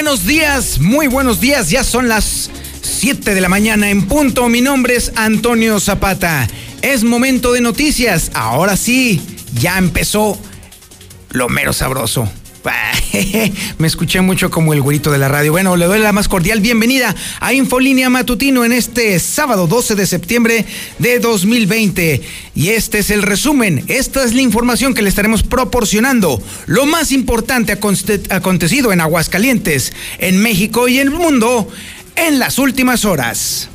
muy buenos días, ya son las 7 de la mañana en punto. Mi nombre es Antonio Zapata. Es momento de noticias. Ahora sí, ya empezó lo mero sabroso. Me escuché mucho como el güerito de la radio. Bueno, le doy la más cordial bienvenida a Infolínea Matutino en este sábado 12 de septiembre de 2020. Y este es el resumen, esta es la información que le estaremos proporcionando. Lo más importante acontecido en Aguascalientes, en México y en el mundo en las últimas horas.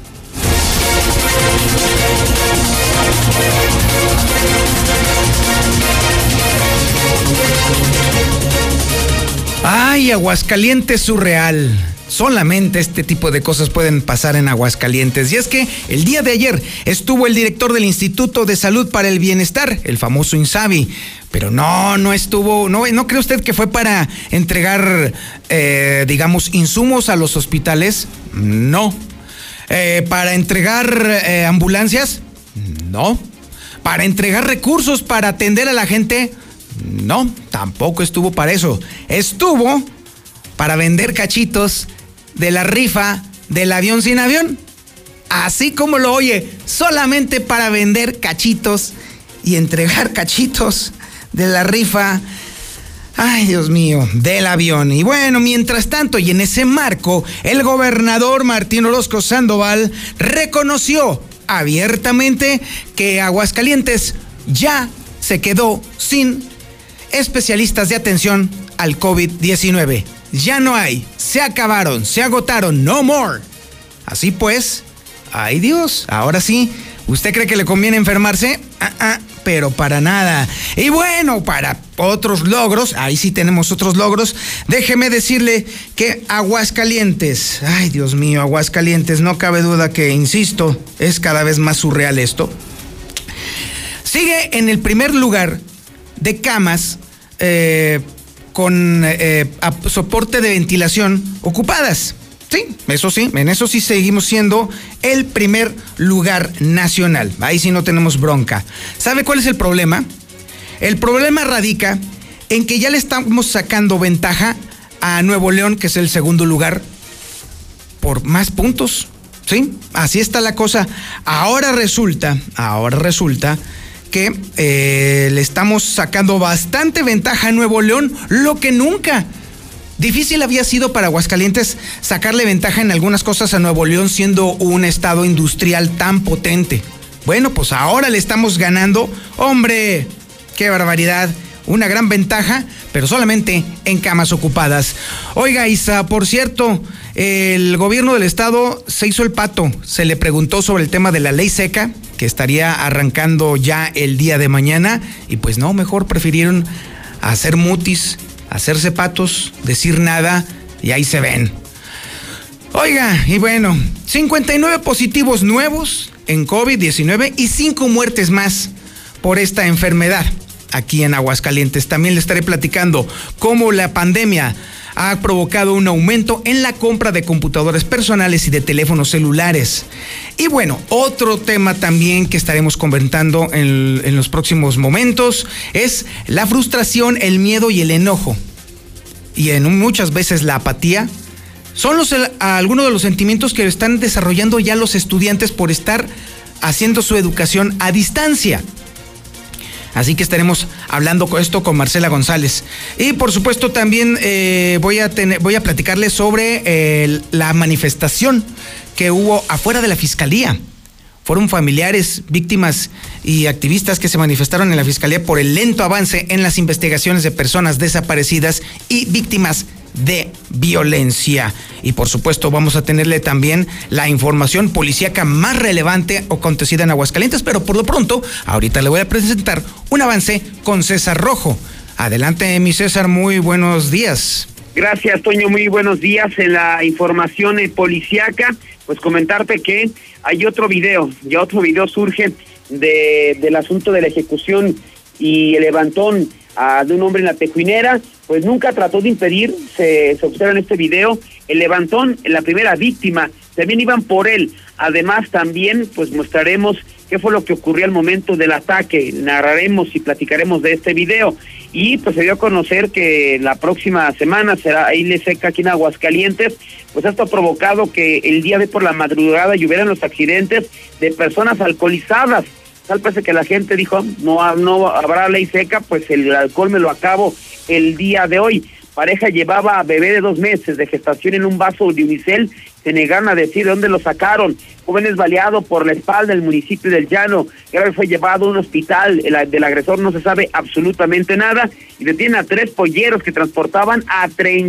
Ay, Aguascalientes surreal. Solamente este tipo de cosas pueden pasar en Aguascalientes. Y es que el día de ayer estuvo el director del Instituto de Salud para el Bienestar, el famoso INSABI. Pero no estuvo, no cree usted que fue para entregar, insumos a los hospitales. No. Para entregar ambulancias. No. Para entregar recursos para atender a la gente. No, tampoco estuvo para eso. Estuvo para vender cachitos de la rifa del avión sin avión. Así como lo oye, solamente para vender cachitos y entregar cachitos de la rifa, ay Dios mío, del avión. Y bueno, mientras tanto, y en ese marco, el gobernador Martín Orozco Sandoval reconoció abiertamente que Aguascalientes ya se quedó sin especialistas de atención al COVID-19. Ya no hay, se acabaron, se agotaron, no more. Así pues, ay Dios, ahora sí, ¿usted cree que le conviene enfermarse? Pero para nada. Y bueno, para otros logros, ahí sí tenemos otros logros, déjeme decirle que Aguascalientes, ay Dios mío, Aguascalientes, no cabe duda que, insisto, es cada vez más surreal esto. Sigue en el primer lugar de camas con soporte de ventilación ocupadas. Sí, en eso sí seguimos siendo el primer lugar nacional. Ahí sí no tenemos bronca. ¿Sabe cuál es el problema? El problema radica en que ya le estamos sacando ventaja a Nuevo León, que es el segundo lugar, por más puntos. Sí, así está la cosa. Ahora resulta que le estamos sacando bastante ventaja a Nuevo León, lo que nunca. Difícil había sido para Aguascalientes sacarle ventaja en algunas cosas a Nuevo León, siendo un estado industrial tan potente. Bueno, pues ahora le estamos ganando. ¡Hombre! ¡Qué barbaridad! Una gran ventaja, pero solamente en camas ocupadas. Oiga, Isa, por cierto, el gobierno del estado se hizo el pato. Se le preguntó sobre el tema de la ley seca, que estaría arrancando ya el día de mañana, y pues no, mejor prefirieron hacer mutis, hacerse patos, decir nada, y ahí se ven. Oiga, y bueno, 59 positivos nuevos en COVID-19 y 5 muertes más por esta enfermedad aquí en Aguascalientes. También le estaré platicando cómo la pandemia ha provocado un aumento en la compra de computadoras personales y de teléfonos celulares. Y bueno, otro tema también que estaremos comentando en los próximos momentos es la frustración, el miedo y el enojo. Y muchas veces la apatía son algunos de los sentimientos que están desarrollando ya los estudiantes por estar haciendo su educación a distancia. Así que estaremos hablando esto con Marcela González. Y por supuesto también voy a platicarles sobre la manifestación que hubo afuera de la Fiscalía. Fueron familiares, víctimas y activistas que se manifestaron en la Fiscalía por el lento avance en las investigaciones de personas desaparecidas y víctimas de violencia. Y por supuesto vamos a tenerle también la información policíaca más relevante acontecida en Aguascalientes, pero por lo pronto, ahorita le voy a presentar un avance con César Rojo. Adelante, mi César, muy buenos días. Gracias, Toño, muy buenos días. En la información policíaca, pues comentarte que hay otro video surge del asunto de la ejecución y el levantón de un hombre en la Tejuinera. Pues nunca trató de impedir, se observa en este video, el levantón, la primera víctima, también iban por él. Además también pues mostraremos qué fue lo que ocurrió al momento del ataque, narraremos y platicaremos de este video. y pues se dio a conocer que la próxima semana será Aile Seca aquí en Aguascalientes. Pues esto ha provocado que el día de por la madrugada llovieran los accidentes de personas alcoholizadas. Tal parece que la gente dijo, no habrá ley seca, pues el alcohol me lo acabo el día de hoy. Pareja llevaba a bebé de 2 meses de gestación en un vaso de unicel, se negaron a decir de dónde lo sacaron. Joven es baleado por la espalda en el municipio del Llano, grave fue llevado a un hospital, del agresor no se sabe absolutamente nada, y detienen a 3 polleros que transportaban a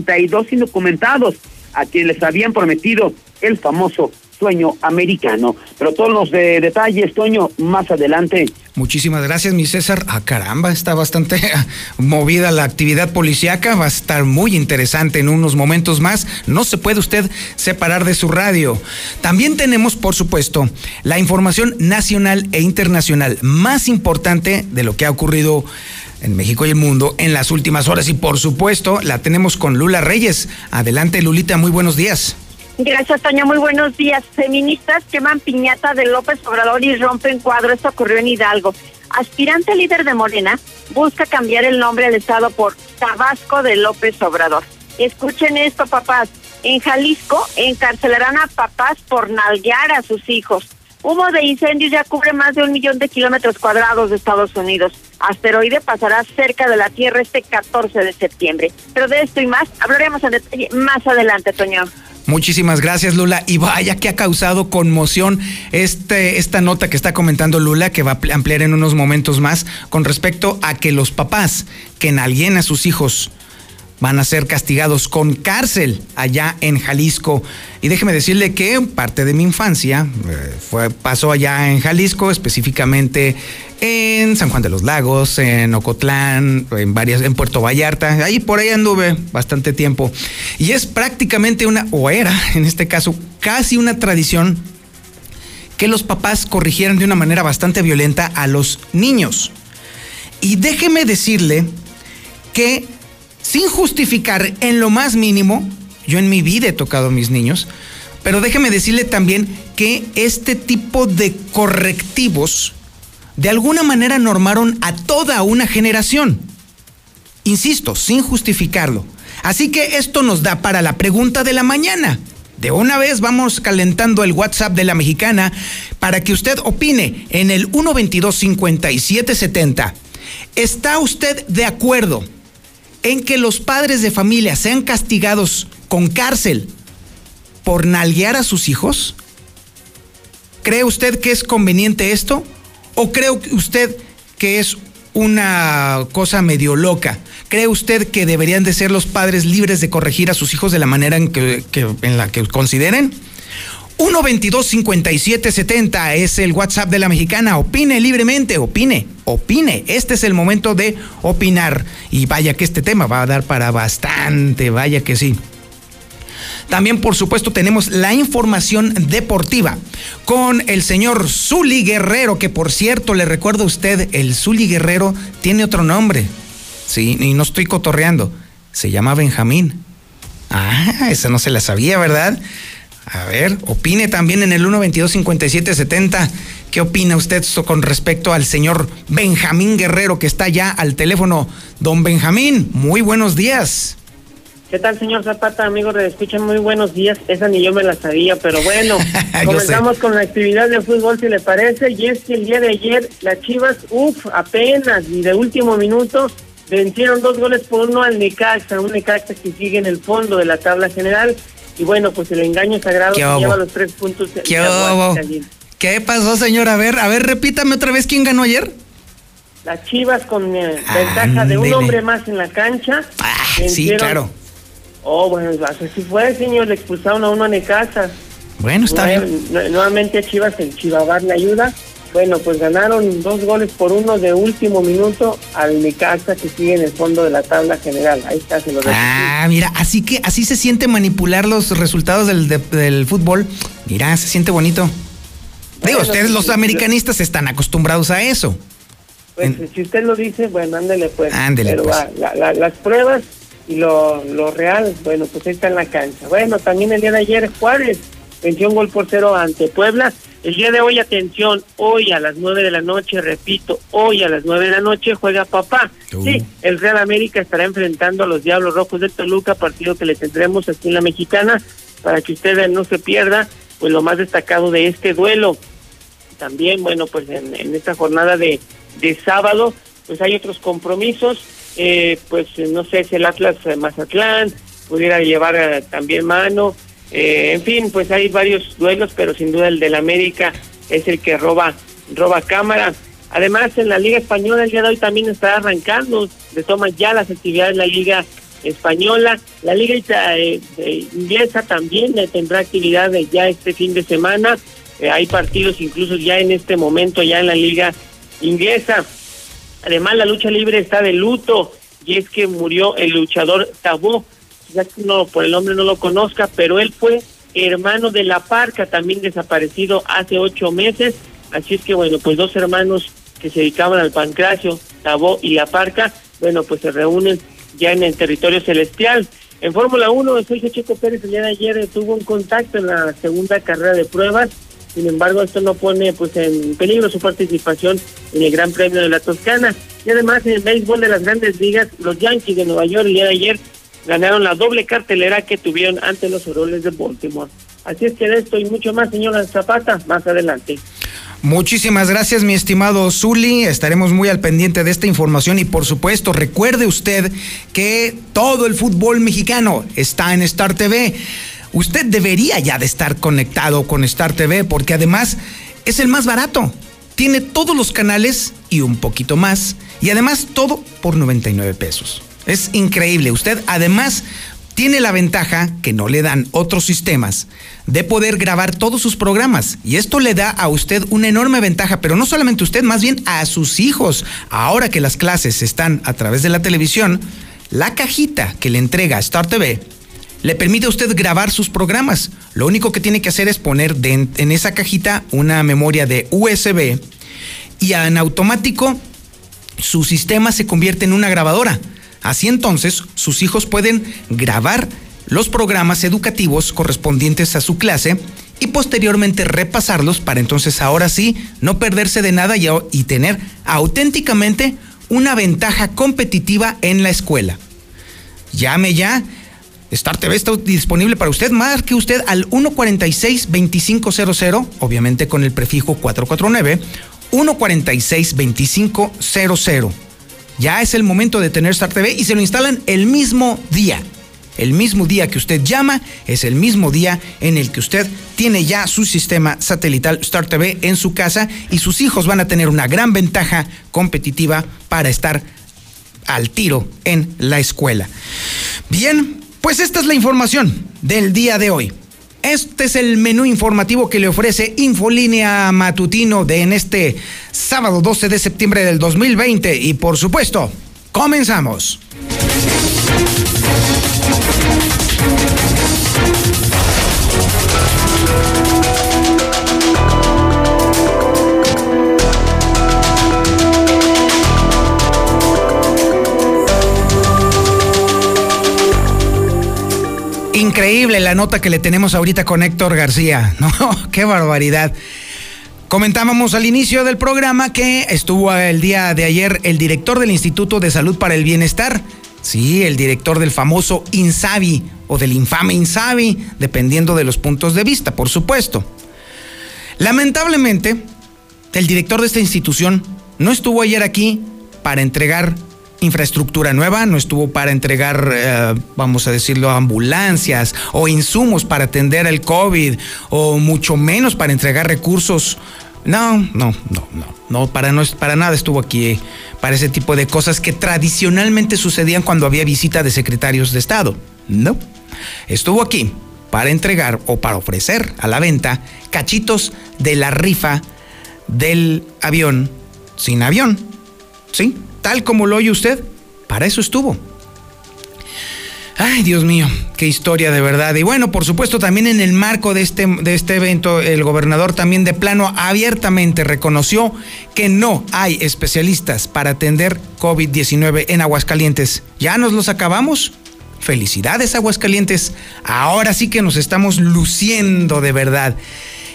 32 indocumentados, a quienes les habían prometido el famoso sueño americano. Pero todos los detalles, Toño, más adelante. Muchísimas gracias, mi César. Caramba, está bastante movida la actividad policíaca, va a estar muy interesante en unos momentos más. No se puede usted separar de su radio. También tenemos, por supuesto, la información nacional e internacional más importante de lo que ha ocurrido en México y el mundo en las últimas horas. Y por supuesto, la tenemos con Lula Reyes. Adelante, Lulita, muy buenos días. Gracias, Toño. Muy buenos días. Feministas queman piñata de López Obrador y rompen cuadro. Esto ocurrió en Hidalgo. Aspirante líder de Morena busca cambiar el nombre al estado por Tabasco de López Obrador. Escuchen esto, papás. En Jalisco encarcelarán a papás por nalguear a sus hijos. Humo de incendios ya cubre más de 1 millón de kilómetros cuadrados de Estados Unidos. Asteroide pasará cerca de la Tierra este 14 de septiembre. Pero de esto y más hablaremos en detalle más adelante, Toño. Muchísimas gracias, Lula. Y vaya que ha causado conmoción esta nota que está comentando Lula, que va a ampliar en unos momentos más, con respecto a que los papás que nalgueen a sus hijos van a ser castigados con cárcel allá en Jalisco. Y déjeme decirle que parte de mi infancia pasó allá en Jalisco, específicamente en San Juan de los Lagos, en Ocotlán, en Puerto Vallarta. Ahí por ahí anduve bastante tiempo. Y es prácticamente era en este caso, casi una tradición que los papás corrigieran de una manera bastante violenta a los niños. Y déjeme decirle que, sin justificar en lo más mínimo, yo en mi vida he tocado a mis niños, pero déjeme decirle también que este tipo de correctivos de alguna manera normaron a toda una generación. Insisto, sin justificarlo. Así que esto nos da para la pregunta de la mañana. De una vez vamos calentando el WhatsApp de La Mexicana para que usted opine en el 122-5770. ¿Está usted de acuerdo en que los padres de familia sean castigados con cárcel por nalguear a sus hijos? ¿Cree usted que es conveniente esto? ¿O cree usted que es una cosa medio loca? ¿Cree usted que deberían de ser los padres libres de corregir a sus hijos de la manera en la que consideren? 122-5770 es el WhatsApp de La Mexicana. Opine libremente, opine. Este es el momento de opinar. Y vaya que este tema va a dar para bastante, vaya que sí. También, por supuesto, tenemos la información deportiva con el señor Zuli Guerrero, que por cierto, le recuerdo a usted, el Zuli Guerrero tiene otro nombre. Sí, y no estoy cotorreando. Se llama Benjamín. Esa no se la sabía, ¿verdad? A ver, opine también en el 122-5770. ¿Qué opina usted con respecto al señor Benjamín Guerrero, que está ya al teléfono? Don Benjamín, muy buenos días. ¿Qué tal, señor Zapata? Amigos de Escucha, muy buenos días. Esa ni yo me la sabía, pero bueno, comenzamos con la actividad de fútbol, si le parece, y es que el día de ayer las Chivas, apenas y de último minuto, vencieron 2-1 al Necaxa, un Necaxa que sigue en el fondo de la tabla general, y bueno, pues el engaño sagrado se lleva los 3 puntos. ¿Qué pasó, señor? A ver, repítame otra vez, ¿quién ganó ayer? Las Chivas con ventaja de un hombre más en la cancha. Sí, claro. Bueno, así fue, señor, le expulsaron a uno a Necaxa. Bueno, está bien. Nuevamente a Chivas, el Chivabar le ayuda. Bueno, pues ganaron 2-1 de último minuto al Necaxa, que sigue en el fondo de la tabla general. Ahí está, se lo repito. Mira, así se siente manipular los resultados del fútbol. Mira, se siente bonito. Digo, ustedes los americanistas están acostumbrados a eso. Pues si usted lo dice, bueno, ándele pues. Pero pues. Las pruebas y lo real, bueno, pues ahí está en la cancha. Bueno, también el día de ayer Juárez venció 1-0 ante Puebla. El día de hoy, atención, hoy a las 9 de la noche, repito, hoy a las 9 de la noche juega papá. Sí, el Real América estará enfrentando a los Diablos Rojos de Toluca, partido que le tendremos aquí en la Mexicana, para que ustedes no se pierda pues lo más destacado de este duelo. También, bueno, pues en esta jornada de sábado, pues hay otros compromisos, pues no sé si el Atlas Mazatlán pudiera llevar también mano, en fin, pues hay varios duelos, pero sin duda el del América es el que roba cámara. Además, en la Liga Española el día de hoy también está arrancando, retoman ya las actividades de la Liga Española. La Liga Inglesa también tendrá actividad ya este fin de semana. Hay partidos incluso ya en este momento ya en la Liga Inglesa. Además, la lucha libre está de luto, y es que murió el luchador Tabú. Quizás uno por el nombre no lo conozca, pero él fue hermano de La Parca, también desaparecido hace 8 meses. Así es que, bueno, pues 2 hermanos que se dedicaban al pancracio, Tabú y La Parca, bueno, pues se reúnen ya en el territorio celestial. En Fórmula 1, Sergio Checo Pérez el día de ayer tuvo un contacto en la segunda carrera de pruebas. Sin embargo, esto no pone pues en peligro su participación en el Gran Premio de la Toscana. Y además, en el béisbol de las Grandes Ligas, los Yankees de Nueva York el día de ayer ganaron la doble cartelera que tuvieron ante los Orioles de Baltimore. Así es que de esto y mucho más, señora Zapata, más adelante. Muchísimas gracias, mi estimado Zuli. Estaremos muy al pendiente de esta información y, por supuesto, recuerde usted que todo el fútbol mexicano está en Star TV. Usted debería ya de estar conectado con Star TV porque además es el más barato. Tiene todos los canales y un poquito más. Y además todo por 99 pesos. Es increíble. Usted además tiene la ventaja que no le dan otros sistemas de poder grabar todos sus programas. Y esto le da a usted una enorme ventaja, pero no solamente usted, más bien a sus hijos. Ahora que las clases están a través de la televisión, la cajita que le entrega Star TV le permite a usted grabar sus programas. Lo único que tiene que hacer es poner en esa cajita una memoria de USB y en automático su sistema se convierte en una grabadora. Así entonces sus hijos pueden grabar los programas educativos correspondientes a su clase y posteriormente repasarlos para entonces ahora sí no perderse de nada y tener auténticamente una ventaja competitiva en la escuela. Llame ya. Star TV está disponible para usted. Marque usted al 146-2500, obviamente con el prefijo 449, 146-2500. Ya es el momento de tener Star TV y se lo instalan el mismo día. El mismo día que usted llama es el mismo día en el que usted tiene ya su sistema satelital Star TV en su casa y sus hijos van a tener una gran ventaja competitiva para estar al tiro en la escuela. Bien, pues esta es la información del día de hoy. Este es el menú informativo que le ofrece Infolínea Matutino en este sábado 12 de septiembre del 2020 y por supuesto, comenzamos. Increíble la nota que le tenemos ahorita con Héctor García. No, qué barbaridad. Comentábamos al inicio del programa que estuvo el día de ayer el director del Instituto de Salud para el Bienestar. Sí, el director del famoso INSABI o del infame INSABI, dependiendo de los puntos de vista, por supuesto. Lamentablemente, el director de esta institución no estuvo ayer aquí para entregar infraestructura nueva, no estuvo para entregar, vamos a decirlo, ambulancias o insumos para atender el COVID, o mucho menos para entregar recursos. No, para nada estuvo aquí para ese tipo de cosas que tradicionalmente sucedían cuando había visita de secretarios de Estado. No, estuvo aquí para entregar o para ofrecer a la venta cachitos de la rifa del avión sin avión, ¿sí? Tal como lo oye usted, para eso estuvo. Ay, Dios mío, qué historia de verdad. Y bueno, por supuesto, también en el marco de este evento, el gobernador también de plano abiertamente reconoció que no hay especialistas para atender COVID-19 en Aguascalientes. ¿Ya nos los acabamos? Felicidades, Aguascalientes. Ahora sí que nos estamos luciendo de verdad.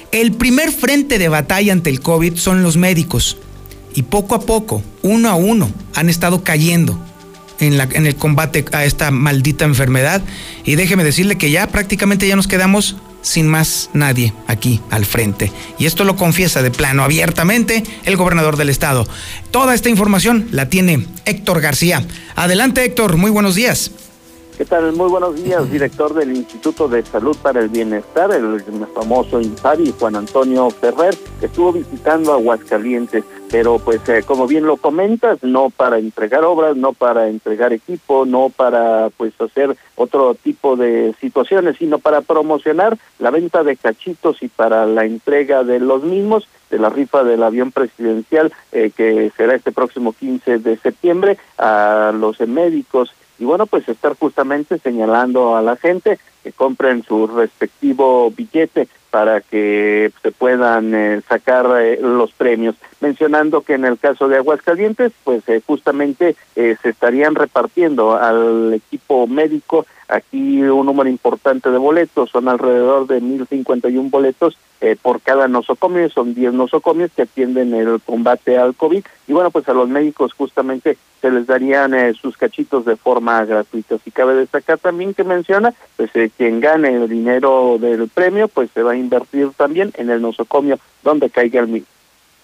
El primer frente de batalla ante el COVID son los médicos. Y poco a poco, uno a uno, han estado cayendo en el combate a esta maldita enfermedad. Y déjeme decirle que ya prácticamente ya nos quedamos sin más nadie aquí al frente. Y esto lo confiesa de plano abiertamente el gobernador del estado. Toda esta información la tiene Héctor García. Adelante, Héctor, muy buenos días. ¿Qué tal? Muy buenos días, director del Instituto de Salud para el Bienestar, el famoso INSABI, Juan Antonio Ferrer, que estuvo visitando Aguascalientes, pero pues como bien lo comentas, no para entregar obras, no para entregar equipo, no para pues hacer otro tipo de situaciones, sino para promocionar la venta de cachitos y para la entrega de los mismos, de la rifa del avión presidencial, que será este próximo 15 de septiembre, a los médicos. Y bueno, pues estar justamente señalando a la gente que compren su respectivo billete para que se puedan sacar los premios. Mencionando que en el caso de Aguascalientes, pues justamente se estarían repartiendo al equipo médico aquí un número importante de boletos, son alrededor de 1,051 boletos por cada nosocomio, son 10 nosocomios que atienden el combate al COVID, y bueno, pues a los médicos justamente se les darían sus cachitos de forma gratuita. Si cabe destacar también que menciona, pues quien gane el dinero del premio, pues se va a invertir también en el nosocomio donde caiga el mismo.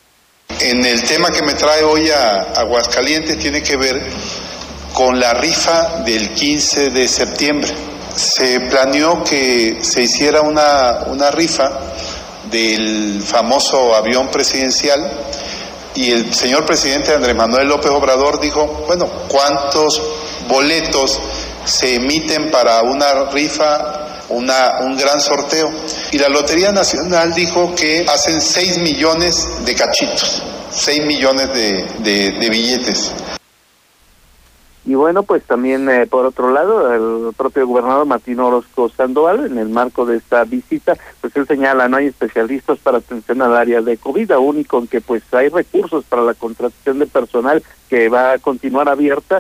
En el tema que me trae hoy a Aguascalientes tiene que ver con la rifa del 15 de septiembre. Se planeó que se hiciera una rifa del famoso avión presidencial y el señor presidente Andrés Manuel López Obrador dijo, bueno, ¿cuántos boletos se emiten para una rifa, un gran sorteo? Y la Lotería Nacional dijo que hacen 6 millones de cachitos, 6 millones de billetes. Y bueno, pues también por otro lado, el propio gobernador Martín Orozco Sandoval, en el marco de esta visita, pues él señala, no hay especialistas para atención al área de COVID, aún y con que pues hay recursos para la contratación de personal que va a continuar abierta,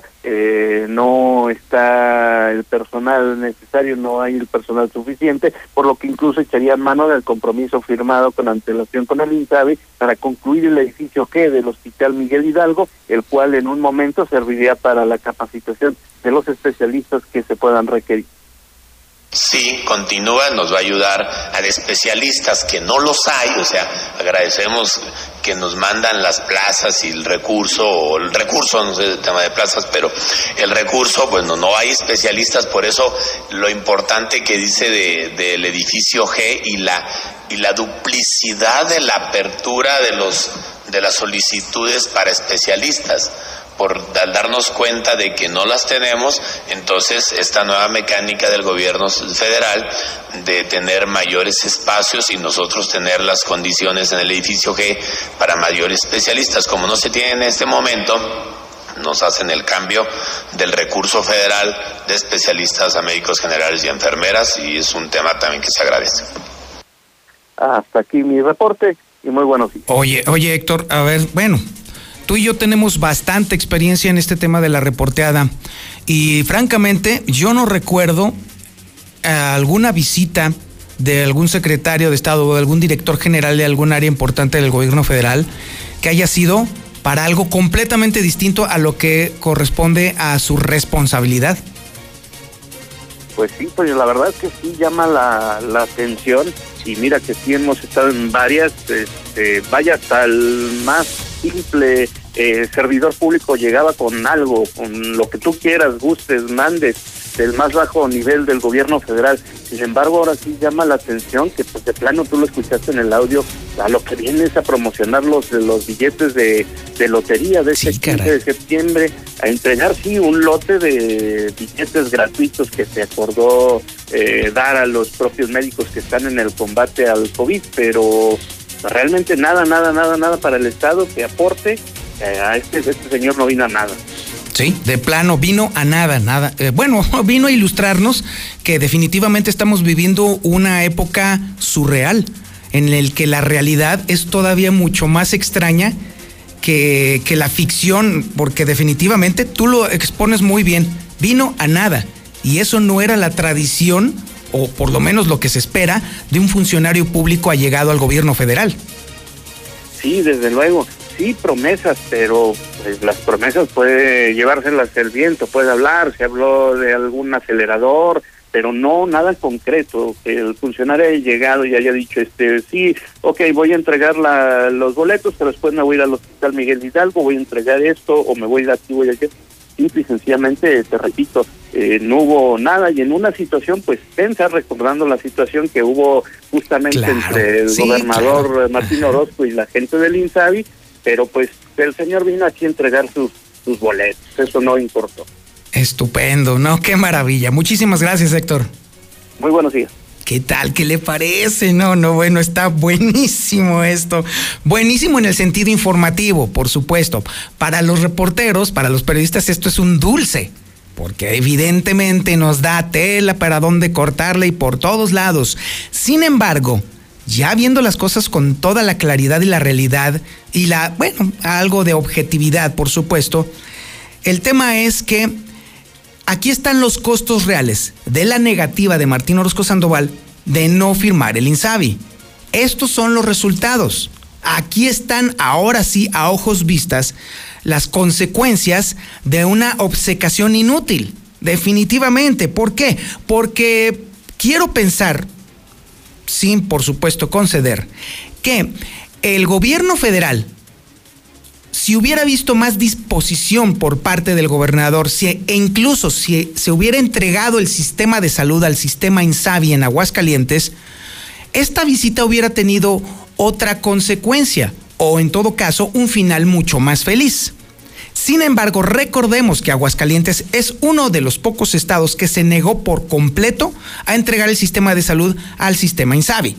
no está el personal necesario, no hay el personal suficiente, por lo que incluso echarían mano del compromiso firmado con antelación con el INSABI para concluir el edificio G del Hospital Miguel Hidalgo, el cual en un momento serviría para la capacitación de los especialistas que se puedan requerir. Sí, continúa, nos va a ayudar a especialistas que no los hay, o sea, agradecemos que nos mandan las plazas y el recurso, no sé el tema de plazas, pero el recurso, pues no hay especialistas, por eso lo importante que dice del edificio G y la duplicidad de la apertura de las solicitudes para especialistas. Al darnos cuenta de que no las tenemos, entonces esta nueva mecánica del gobierno federal de tener mayores espacios y nosotros tener las condiciones en el edificio G para mayores especialistas, como no se tiene en este momento, nos hacen el cambio del recurso federal de especialistas a médicos generales y enfermeras, y es un tema también que se agradece. Hasta aquí mi reporte y muy buenos días. Oye Héctor, a ver, bueno, tú y yo tenemos bastante experiencia en este tema de la reporteada y francamente yo no recuerdo alguna visita de algún secretario de Estado o de algún director general de algún área importante del gobierno federal que haya sido para algo completamente distinto a lo que corresponde a su responsabilidad. Pues sí, pues la verdad es que sí llama la atención, y mira que sí hemos estado en varias, vaya, hasta el más simple servidor público llegaba con algo, con lo que tú quieras, gustes, mandes, del más bajo nivel del gobierno federal. Sin embargo, ahora sí llama la atención que pues de plano tú lo escuchaste en el audio, a lo que viene es a promocionar los billetes de lotería de este 15 de septiembre, a entregar sí un lote de billetes gratuitos que se acordó dar a los propios médicos que están en el combate al COVID, pero realmente nada para el Estado que aporte. A este señor no vino a nada. Sí, de plano, vino a nada. Bueno, vino a ilustrarnos que definitivamente estamos viviendo una época surreal, en el que la realidad es todavía mucho más extraña que la ficción, porque definitivamente tú lo expones muy bien, vino a nada, y eso no era la tradición o por lo menos lo que se espera de un funcionario público allegado al gobierno federal. Sí, desde luego. Sí, promesas, pero pues, las promesas puede llevárselas el viento, puede hablar, se habló de algún acelerador, pero no nada concreto, que el funcionario haya llegado y haya dicho, sí, ok, voy a entregar los boletos, pero después me voy a ir al Hospital Miguel Hidalgo, voy a entregar esto, o me voy a ir aquí, voy a ir. Simple y sencillamente, te repito, no hubo nada, y en una situación pues tensa, recordando la situación que hubo justamente entre el gobernador Martín Orozco y la gente del INSABI, pero pues el señor vino aquí a entregar sus boletos, eso no importó. Estupendo, ¿no? Qué maravilla. Muchísimas gracias, Héctor. Muy buenos días. ¿Qué tal? ¿Qué le parece? No, bueno, está buenísimo esto. Buenísimo en el sentido informativo, por supuesto. Para los reporteros, para los periodistas, esto es un dulce, porque evidentemente nos da tela para dónde cortarle y por todos lados. Sin embargo, ya viendo las cosas con toda la claridad y la realidad y algo de objetividad, por supuesto, el tema es que aquí están los costos reales de la negativa de Martín Orozco Sandoval de no firmar el INSABI. Estos son los resultados. Aquí están, ahora sí, a ojos vistas, las consecuencias de una obcecación inútil. Definitivamente. ¿Por qué? Porque quiero pensar, sin por supuesto conceder, que el gobierno federal, si hubiera visto más disposición por parte del gobernador, e incluso si se hubiera entregado el sistema de salud al sistema INSABI en Aguascalientes, esta visita hubiera tenido otra consecuencia, o en todo caso, un final mucho más feliz. Sin embargo, recordemos que Aguascalientes es uno de los pocos estados que se negó por completo a entregar el sistema de salud al sistema INSABI.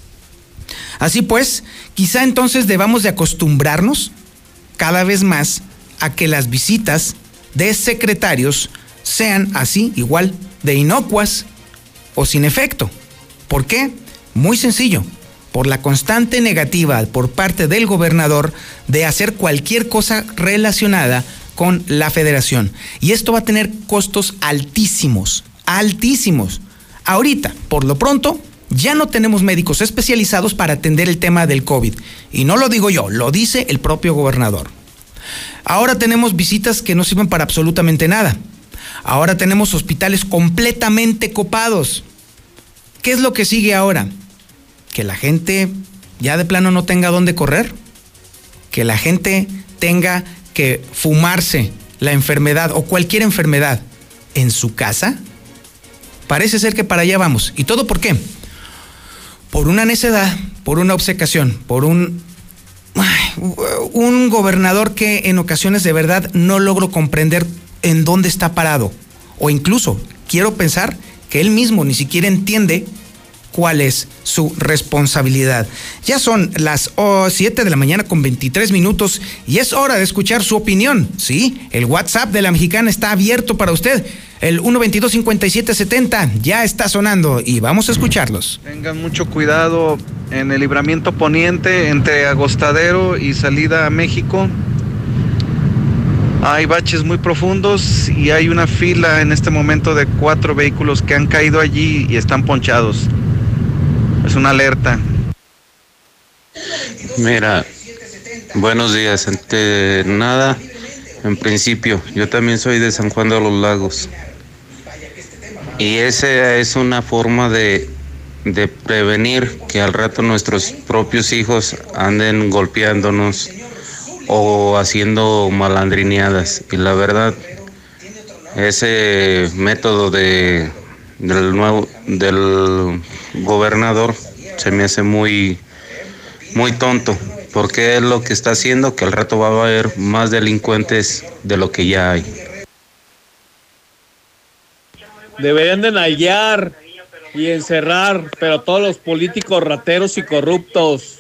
Así pues, quizá entonces debamos de acostumbrarnos cada vez más a que las visitas de secretarios sean así, igual, de inocuas o sin efecto. ¿Por qué? Muy sencillo, por la constante negativa por parte del gobernador de hacer cualquier cosa relacionada con la federación. Y esto va a tener costos altísimos, altísimos. Ahorita, por lo pronto, ya no tenemos médicos especializados para atender el tema del COVID. Y no lo digo yo, lo dice el propio gobernador. Ahora tenemos visitas que no sirven para absolutamente nada. Ahora tenemos hospitales completamente copados. ¿Qué es lo que sigue ahora? Que la gente ya de plano no tenga dónde correr. Que la gente tenga que fumarse la enfermedad o cualquier enfermedad en su casa. Parece ser que para allá vamos. ¿Y todo por qué? Por una necedad, por una obcecación, por un gobernador que en ocasiones de verdad no logro comprender en dónde está parado. O incluso quiero pensar que él mismo ni siquiera entiende cuál es su responsabilidad. Ya son las 7 de la mañana con 23 minutos y es hora de escuchar su opinión. Sí, el WhatsApp de La Mexicana está abierto para usted. El 122-5770 ya está sonando y vamos a escucharlos. Tengan mucho cuidado en el libramiento poniente entre Agostadero y salida a México. Hay baches muy profundos y hay una fila en este momento de 4 vehículos que han caído allí y están ponchados. Es una alerta. Mira, buenos días. Ante nada, en principio, yo también soy de San Juan de los Lagos. Y esa es una forma de prevenir que al rato nuestros propios hijos anden golpeándonos o haciendo malandrineadas. Y la verdad, ese método del gobernador se me hace muy tonto, porque es lo que está haciendo que al rato va a haber más delincuentes de lo que ya hay. Deberían de nalguear y encerrar, pero todos los políticos rateros y corruptos.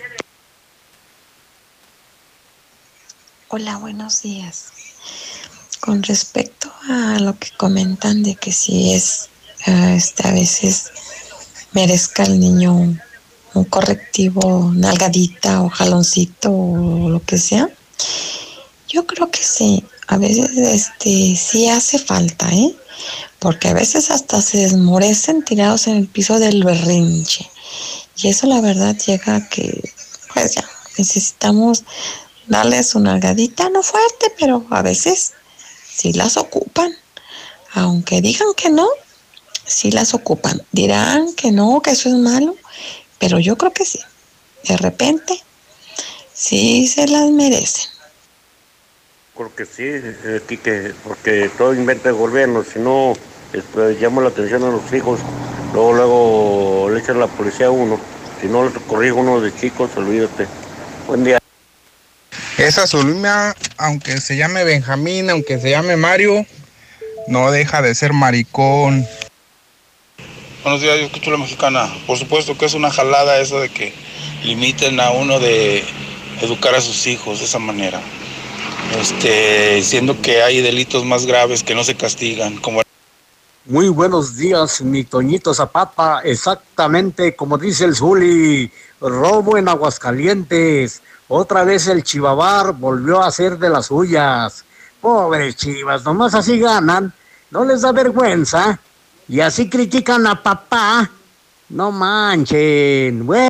Hola, buenos días. Con respecto a lo que comentan de que si es a veces merezca el niño un correctivo, nalgadita o jaloncito o lo que sea, yo creo que sí, a veces sí hace falta, porque a veces hasta se desmorecen tirados en el piso del berrinche. Y eso la verdad llega a que, pues ya, necesitamos darles una nalgadita, no fuerte, pero a veces sí las ocupan. Aunque digan que no, sí las ocupan. Dirán que no, que eso es malo, pero yo creo que sí. De repente, sí se las merecen. Creo que sí, Quique, porque todo inventa el gobierno, si no llama la atención a los hijos, luego le echan la policía a uno, si no le corrige uno de chicos, olvídate. Buen día. Esa Zulma, aunque se llame Benjamín, aunque se llame Mario, no deja de ser maricón. Buenos días, yo escucho La Mexicana. Por supuesto que es una jalada eso de que limiten a uno de educar a sus hijos de esa manera. Siendo que hay delitos más graves que no se castigan, como... Muy buenos días, mi Toñito Zapata, exactamente como dice el Zuli, robo en Aguascalientes, otra vez el Chivabar volvió a hacer de las suyas. Pobres Chivas, nomás así ganan, no les da vergüenza, y así critican a papá, no manchen, güey.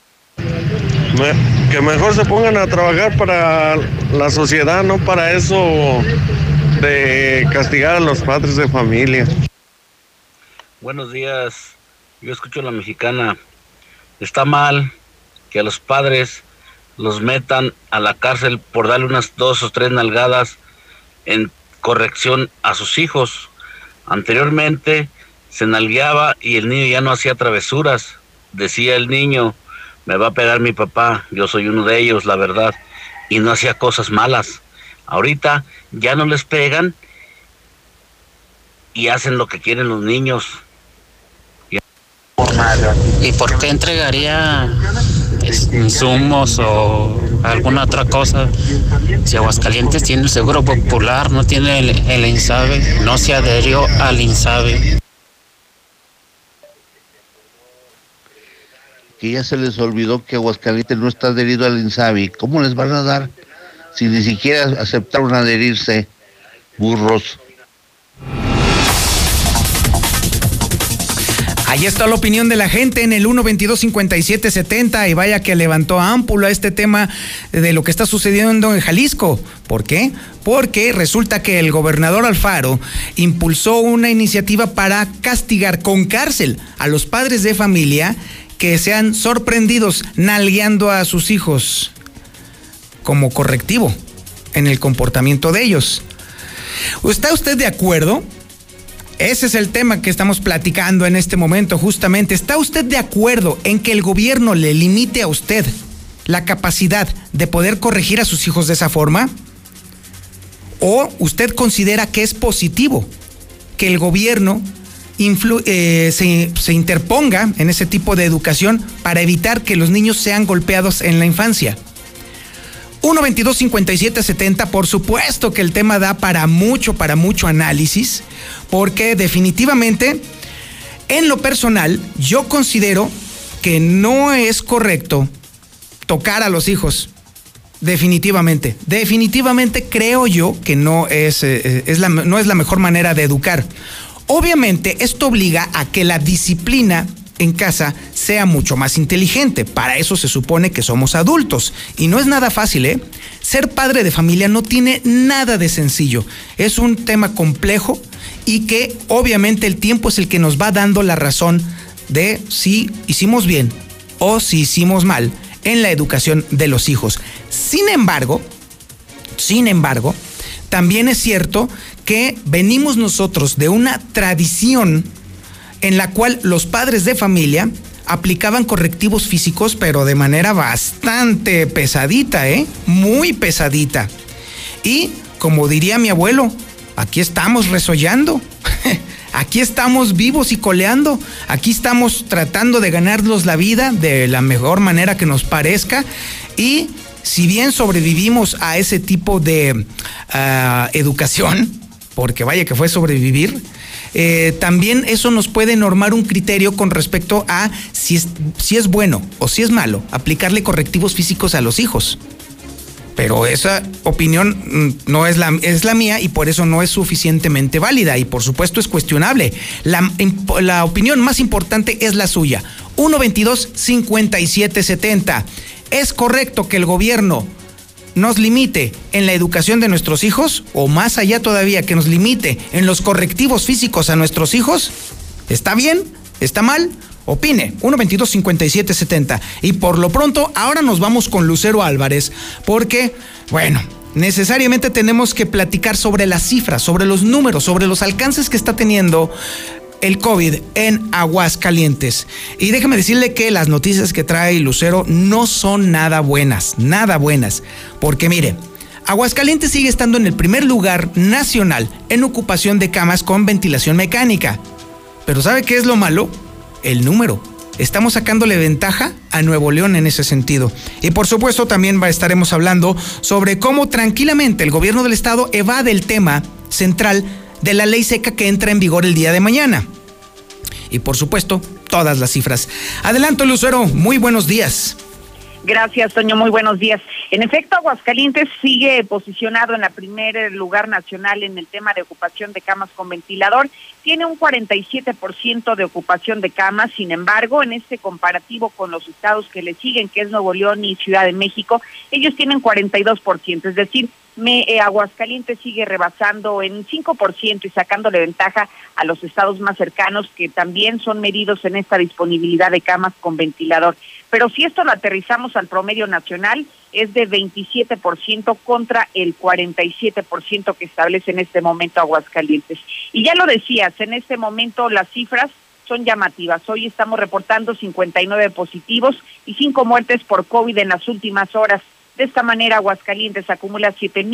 Que mejor se pongan a trabajar para la sociedad, no para eso de castigar a los padres de familia. Buenos días, yo escucho La Mexicana. Está mal que a los padres los metan a la cárcel por darle unas 2 o 3 nalgadas en corrección a sus hijos. Anteriormente se nalgueaba y el niño ya no hacía travesuras. Decía el niño, me va a pegar mi papá, yo soy uno de ellos, la verdad, y no hacía cosas malas. Ahorita ya no les pegan y hacen lo que quieren los niños. ¿Y por qué entregaría insumos o alguna otra cosa? Si Aguascalientes tiene el Seguro Popular, no tiene el INSABE, no se adherió al INSABE. Que ya se les olvidó que Aguascalientes no está adherido al INSABI. ¿Cómo les van a dar si ni siquiera aceptaron adherirse? Burros. Ahí está la opinión de la gente en el 122-5770 y vaya que levantó ámpula este tema de lo que está sucediendo en Jalisco. ¿Por qué? Porque resulta que el gobernador Alfaro impulsó una iniciativa para castigar con cárcel a los padres de familia que sean sorprendidos nalgueando a sus hijos como correctivo en el comportamiento de ellos. ¿Está usted de acuerdo? Ese es el tema que estamos platicando en este momento justamente. ¿Está usted de acuerdo en que el gobierno le limite a usted la capacidad de poder corregir a sus hijos de esa forma? ¿O usted considera que es positivo que el gobierno se interponga en ese tipo de educación para evitar que los niños sean golpeados en la infancia? 122-5770, por supuesto que el tema da para mucho análisis, porque definitivamente, en lo personal, yo considero que no es correcto tocar a los hijos. Definitivamente creo yo que no es la mejor manera de educar. Obviamente, esto obliga a que la disciplina en casa sea mucho más inteligente. Para eso se supone que somos adultos. Y no es nada fácil, ¿eh? Ser padre de familia no tiene nada de sencillo. Es un tema complejo y que obviamente el tiempo es el que nos va dando la razón de si hicimos bien o si hicimos mal en la educación de los hijos. Sin embargo, también es cierto que venimos nosotros de una tradición en la cual los padres de familia aplicaban correctivos físicos, pero de manera bastante pesadita, muy pesadita. Y, como diría mi abuelo, aquí estamos resollando, aquí estamos vivos y coleando, aquí estamos tratando de ganarnos la vida de la mejor manera que nos parezca. Y si bien sobrevivimos a ese tipo de educación, porque vaya que fue sobrevivir, también eso nos puede normar un criterio con respecto a si es bueno o si es malo aplicarle correctivos físicos a los hijos. Pero esa opinión no es la mía y por eso no es suficientemente válida y por supuesto es cuestionable. La opinión más importante es la suya. 122-5770. ¿Es correcto que el gobierno nos limite en la educación de nuestros hijos o más allá todavía que nos limite en los correctivos físicos a nuestros hijos? ¿Está bien? ¿Está mal? Opine, 122-5770. Y por lo pronto, ahora nos vamos con Lucero Álvarez, porque, bueno, necesariamente tenemos que platicar sobre las cifras, sobre los números, sobre los alcances que está teniendo el COVID en Aguascalientes. Y déjame decirle que las noticias que trae Lucero no son nada buenas, porque mire, Aguascalientes sigue estando en el primer lugar nacional en ocupación de camas con ventilación mecánica. Pero ¿sabe qué es lo malo? El número. Estamos sacándole ventaja a Nuevo León en ese sentido. Y por supuesto también estaremos hablando sobre cómo tranquilamente el gobierno del estado evade el tema central de la ley seca que entra en vigor el día de mañana. Y por supuesto, todas las cifras. Adelante, Lucero, muy buenos días. Gracias, Toño, muy buenos días. En efecto, Aguascalientes sigue posicionado en el primer lugar nacional en el tema de ocupación de camas con ventilador. Tiene un 47% de ocupación de camas, sin embargo, en este comparativo con los estados que le siguen, que es Nuevo León y Ciudad de México, ellos tienen 42%, es decir, Aguascalientes sigue rebasando en 5% y sacándole ventaja a los estados más cercanos que también son medidos en esta disponibilidad de camas con ventilador. Pero si esto lo aterrizamos al promedio nacional, es de 27% contra el 47% que establece en este momento Aguascalientes. Y ya lo decías, en este momento las cifras son llamativas. Hoy estamos reportando 59 positivos y 5 muertes por COVID en las últimas horas. De esta manera, Aguascalientes acumula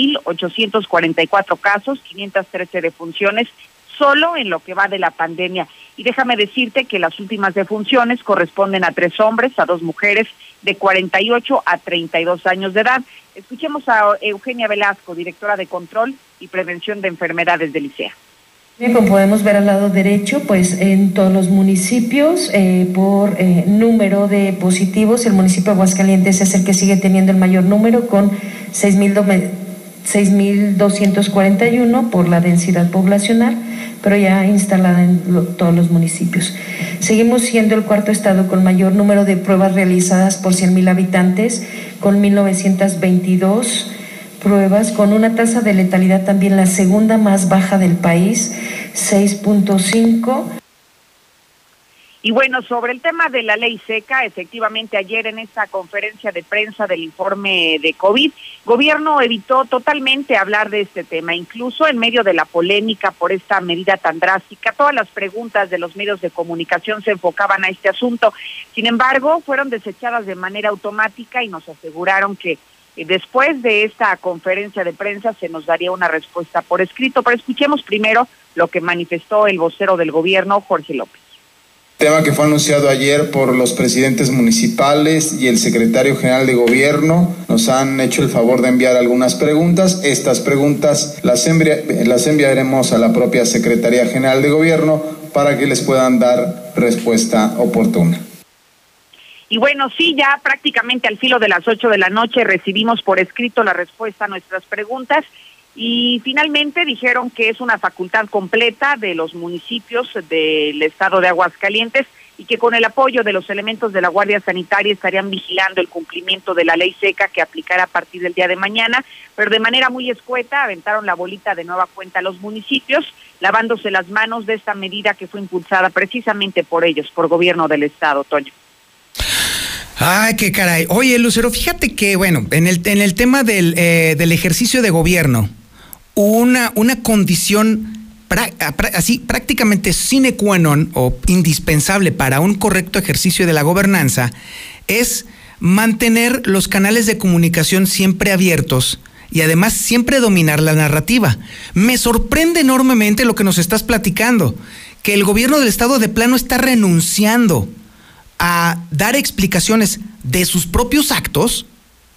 7,844 casos, 513 defunciones, solo en lo que va de la pandemia. Y déjame decirte que las últimas defunciones corresponden a 3 hombres, a 2 mujeres, de 48 a 32 años de edad. Escuchemos a Eugenia Velasco, directora de Control y Prevención de Enfermedades del ICEA. Como podemos ver al lado derecho, pues en todos los municipios, por número de positivos, el municipio de Aguascalientes es el que sigue teniendo el mayor número, con 6,241 por la densidad poblacional, pero ya instalada en todos los municipios. Seguimos siendo el cuarto estado con mayor número de pruebas realizadas por 100,000 habitantes, con 1,922 pruebas, con una tasa de letalidad también la segunda más baja del país, 6.5. Y bueno, sobre el tema de la ley seca, efectivamente ayer en esta conferencia de prensa del informe de COVID, gobierno evitó totalmente hablar de este tema, incluso en medio de la polémica por esta medida tan drástica. Todas las preguntas de los medios de comunicación se enfocaban a este asunto. Sin embargo, fueron desechadas de manera automática y nos aseguraron que después de esta conferencia de prensa se nos daría una respuesta por escrito, pero escuchemos primero lo que manifestó el vocero del gobierno, Jorge López. Tema que fue anunciado ayer por los presidentes municipales y el secretario general de gobierno. Nos han hecho el favor de enviar algunas preguntas. Estas preguntas las enviaremos a la propia Secretaría General de Gobierno para que les puedan dar respuesta oportuna. Y bueno, sí, ya prácticamente al filo de las 8 de la noche recibimos por escrito la respuesta a nuestras preguntas y finalmente dijeron que es una facultad completa de los municipios del estado de Aguascalientes y que con el apoyo de los elementos de la Guardia Sanitaria estarían vigilando el cumplimiento de la ley seca que aplicará a partir del día de mañana, pero de manera muy escueta aventaron la bolita de nueva cuenta a los municipios, lavándose las manos de esta medida que fue impulsada precisamente por ellos, por gobierno del estado, Toño. Ay, qué caray. Oye, Lucero, fíjate que, bueno, en el tema del ejercicio de gobierno, una condición así prácticamente sine qua non o indispensable para un correcto ejercicio de la gobernanza es mantener los canales de comunicación siempre abiertos y además siempre dominar la narrativa. Me sorprende enormemente lo que nos estás platicando, que el gobierno del estado de plano está renunciando a dar explicaciones de sus propios actos.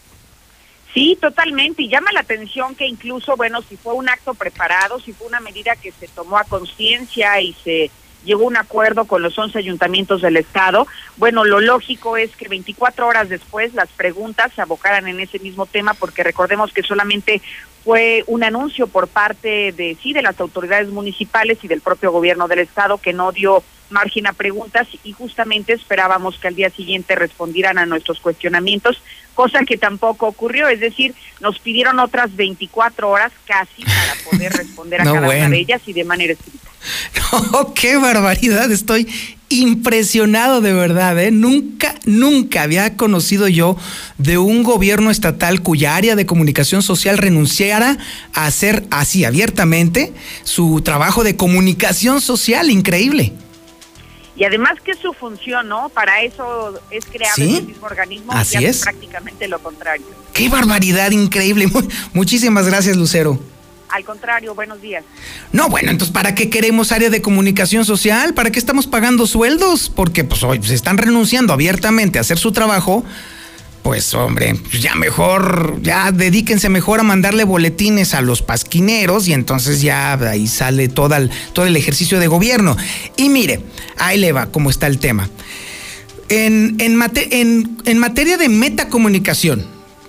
Sí, totalmente, y llama la atención que incluso, bueno, si fue un acto preparado, si fue una medida que se tomó a conciencia y se llegó a un acuerdo con los 11 ayuntamientos del estado. Bueno, lo lógico es que 24 horas después las preguntas se abocaran en ese mismo tema, porque recordemos que solamente fue un anuncio por parte de las autoridades municipales y del propio gobierno del estado, que no dio margen a preguntas, y justamente esperábamos que al día siguiente respondieran a nuestros cuestionamientos, cosa que tampoco ocurrió. Es decir, nos pidieron otras 24 horas casi para poder responder a cada una de ellas y de manera escrita. No, qué barbaridad, estoy impresionado de verdad, ¿eh? Nunca había conocido yo de un gobierno estatal cuya área de comunicación social renunciara a hacer así abiertamente su trabajo de comunicación social. Increíble. Y además que es su función, ¿no? Para eso es creado el mismo organismo. Así y es. Prácticamente lo contrario. ¡Qué barbaridad! Increíble. Muchísimas gracias, Lucero. Al contrario, buenos días. No, bueno, entonces, ¿para qué queremos área de comunicación social? ¿Para qué estamos pagando sueldos? Porque pues hoy se están renunciando abiertamente a hacer su trabajo. Pues hombre, ya dedíquense mejor a mandarle boletines a los pasquineros, y entonces ya ahí sale todo el ejercicio de gobierno. Y mire, ahí le va cómo está el tema. En materia de metacomunicación,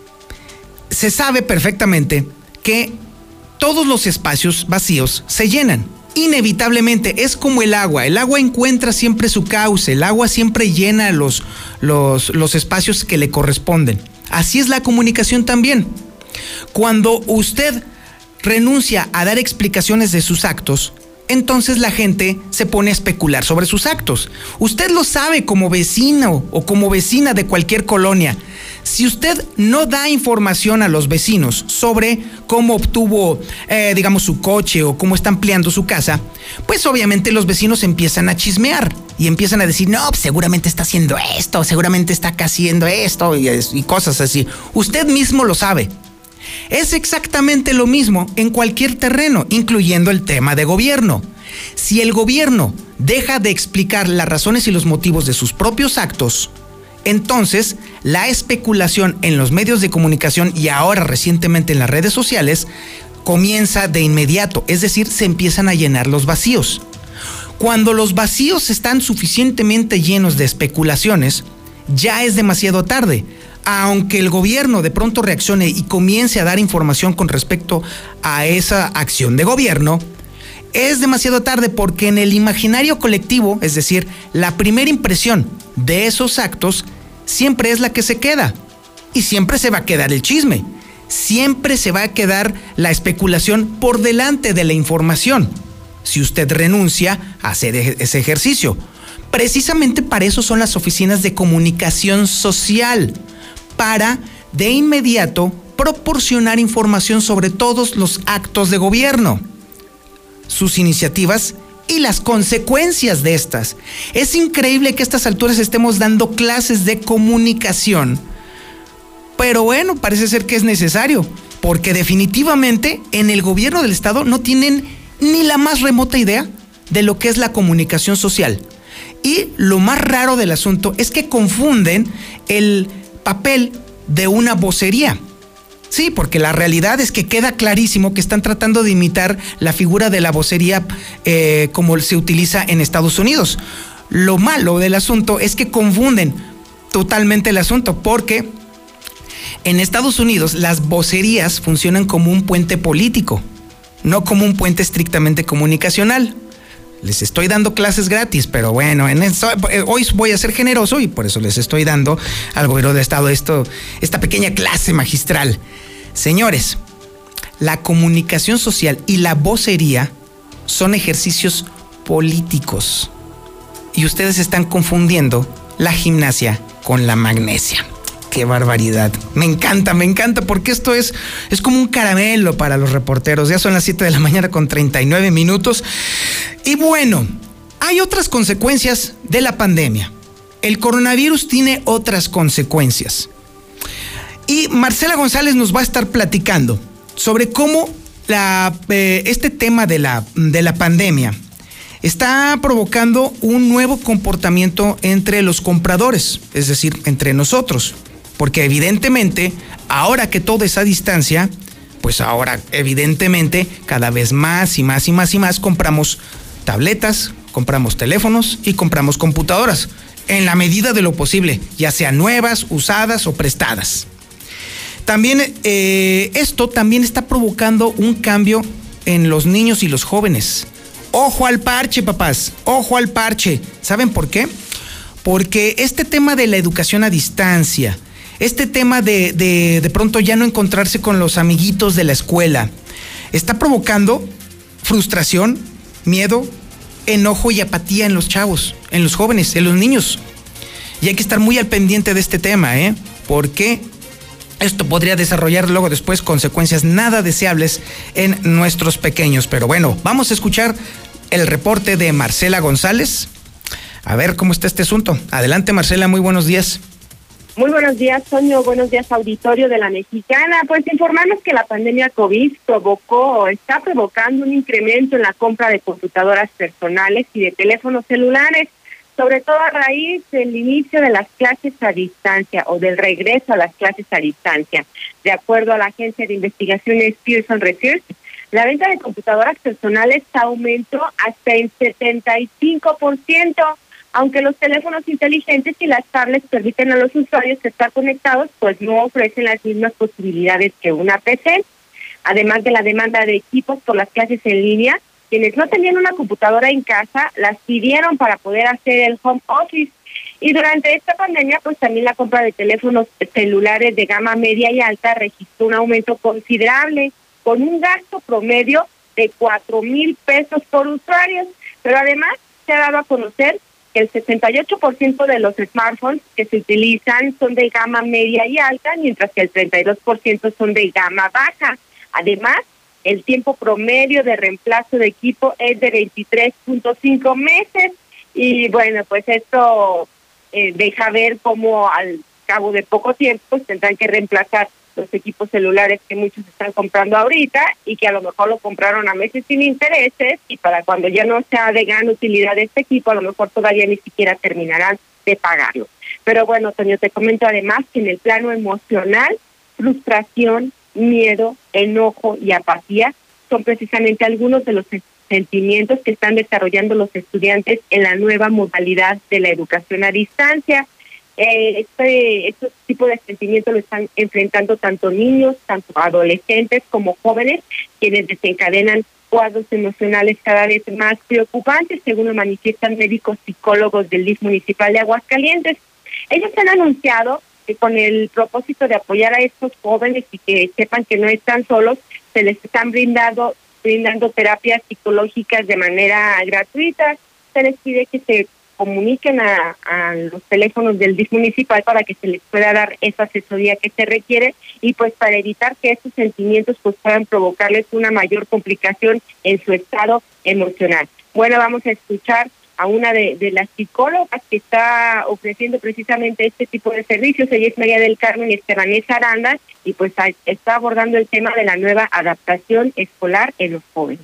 se sabe perfectamente que todos los espacios vacíos se llenan. Inevitablemente, es como el agua encuentra siempre su cauce, el agua siempre llena los espacios que le corresponden. Así es la comunicación también. Cuando usted renuncia a dar explicaciones de sus actos, entonces la gente se pone a especular sobre sus actos. Usted lo sabe como vecino o como vecina de cualquier colonia. Si usted no da información a los vecinos sobre cómo obtuvo, su coche, o cómo está ampliando su casa, pues obviamente los vecinos empiezan a chismear y empiezan a decir, no, pues seguramente está haciendo esto, seguramente está haciendo esto y cosas así. Usted mismo lo sabe. Es exactamente lo mismo en cualquier terreno, incluyendo el tema de gobierno. Si el gobierno deja de explicar las razones y los motivos de sus propios actos, entonces la especulación en los medios de comunicación y ahora recientemente en las redes sociales comienza de inmediato, es decir, se empiezan a llenar los vacíos. Cuando los vacíos están suficientemente llenos de especulaciones, ya es demasiado tarde. Aunque el gobierno de pronto reaccione y comience a dar información con respecto a esa acción de gobierno, es demasiado tarde, porque en el imaginario colectivo, es decir, la primera impresión de esos actos siempre es la que se queda, y siempre se va a quedar el chisme, siempre se va a quedar la especulación por delante de la información, si usted renuncia a hacer ese ejercicio. Precisamente para eso son las oficinas de comunicación social, para de inmediato proporcionar información sobre todos los actos de gobierno, sus iniciativas y las consecuencias de estas. Es increíble que a estas alturas estemos dando clases de comunicación, pero bueno, parece ser que es necesario, porque definitivamente en el gobierno del estado no tienen ni la más remota idea de lo que es la comunicación social. Y lo más raro del asunto es que confunden el papel de una vocería. Sí, porque la realidad es que queda clarísimo que están tratando de imitar la figura de la vocería como se utiliza en Estados Unidos. Lo malo del asunto es que confunden totalmente el asunto, porque en Estados Unidos las vocerías funcionan como un puente político, no como un puente estrictamente comunicacional. Les estoy dando clases gratis, pero bueno, hoy voy a ser generoso y por eso les estoy dando al gobierno del estado esta pequeña clase magistral. Señores, la comunicación social y la vocería son ejercicios políticos y ustedes están confundiendo la gimnasia con la magnesia. ¡Qué barbaridad! Me encanta, porque esto es como un caramelo para los reporteros. Ya son las 7 de la mañana con 39 minutos. Y bueno, hay otras consecuencias de la pandemia. El coronavirus tiene otras consecuencias. Y Marcela González nos va a estar platicando sobre cómo este tema de la pandemia está provocando un nuevo comportamiento entre los compradores, es decir, entre nosotros. Porque evidentemente, ahora que todo es a distancia, pues ahora evidentemente cada vez más y más compramos tabletas, compramos teléfonos y compramos computadoras, en la medida de lo posible, ya sean nuevas, usadas o prestadas. También esto también está provocando un cambio en los niños y los jóvenes. Ojo al parche, papás, ojo al parche. ¿Saben por qué? Porque este tema de la educación a distancia, este tema de pronto ya no encontrarse con los amiguitos de la escuela, está provocando frustración, miedo, enojo y apatía en los chavos, en los jóvenes, en los niños. Y hay que estar muy al pendiente de este tema, porque esto podría desarrollar luego después consecuencias nada deseables en nuestros pequeños. Pero bueno, vamos a escuchar el reporte de Marcela González. A ver cómo está este asunto. Adelante, Marcela, muy buenos días. Muy buenos días, Toño. Buenos días, auditorio de La Mexicana. Pues informamos que la pandemia COVID está provocando un incremento en la compra de computadoras personales y de teléfonos celulares, sobre todo a raíz del inicio de las clases a distancia o del regreso a las clases a distancia. De acuerdo a la agencia de investigaciones Pearson Research, la venta de computadoras personales aumentó hasta en 75%, aunque los teléfonos inteligentes y las tablets permiten a los usuarios estar conectados, pues no ofrecen las mismas posibilidades que una PC. Además de la demanda de equipos por las clases en línea, quienes no tenían una computadora en casa las pidieron para poder hacer el home office. Y durante esta pandemia, pues también la compra de teléfonos celulares de gama media y alta registró un aumento considerable, con un gasto promedio de 4,000 pesos por usuario. Pero además se ha dado a conocer que el 68% de los smartphones que se utilizan son de gama media y alta, mientras que el 32% son de gama baja. Además, el tiempo promedio de reemplazo de equipo es de 23.5 meses. Y bueno, pues esto deja ver cómo al cabo de poco tiempo pues tendrán que reemplazar los equipos celulares que muchos están comprando ahorita y que a lo mejor lo compraron a meses sin intereses, y para cuando ya no sea de gran utilidad este equipo, a lo mejor todavía ni siquiera terminarán de pagarlo. Pero bueno, Toño, te comento además que en el plano emocional, frustración, miedo, enojo y apatía son precisamente algunos de los sentimientos que están desarrollando los estudiantes en la nueva modalidad de la educación a distancia. Este tipo de sentimientos lo están enfrentando tanto niños, tanto adolescentes como jóvenes, quienes desencadenan cuadros emocionales cada vez más preocupantes, según lo manifiestan médicos psicólogos del DIF municipal de Aguascalientes. Ellos han anunciado que con el propósito de apoyar a estos jóvenes y que sepan que no están solos, se les están brindando terapias psicológicas de manera gratuita. Se les pide que se comuniquen a los teléfonos del DIF municipal para que se les pueda dar esa asesoría que se requiere, y pues para evitar que estos sentimientos pues puedan provocarles una mayor complicación en su estado emocional. Bueno, vamos a escuchar a una de las psicólogas que está ofreciendo precisamente este tipo de servicios. Ella es María del Carmen Estebanés Aranda, y pues está abordando el tema de la nueva adaptación escolar en los jóvenes.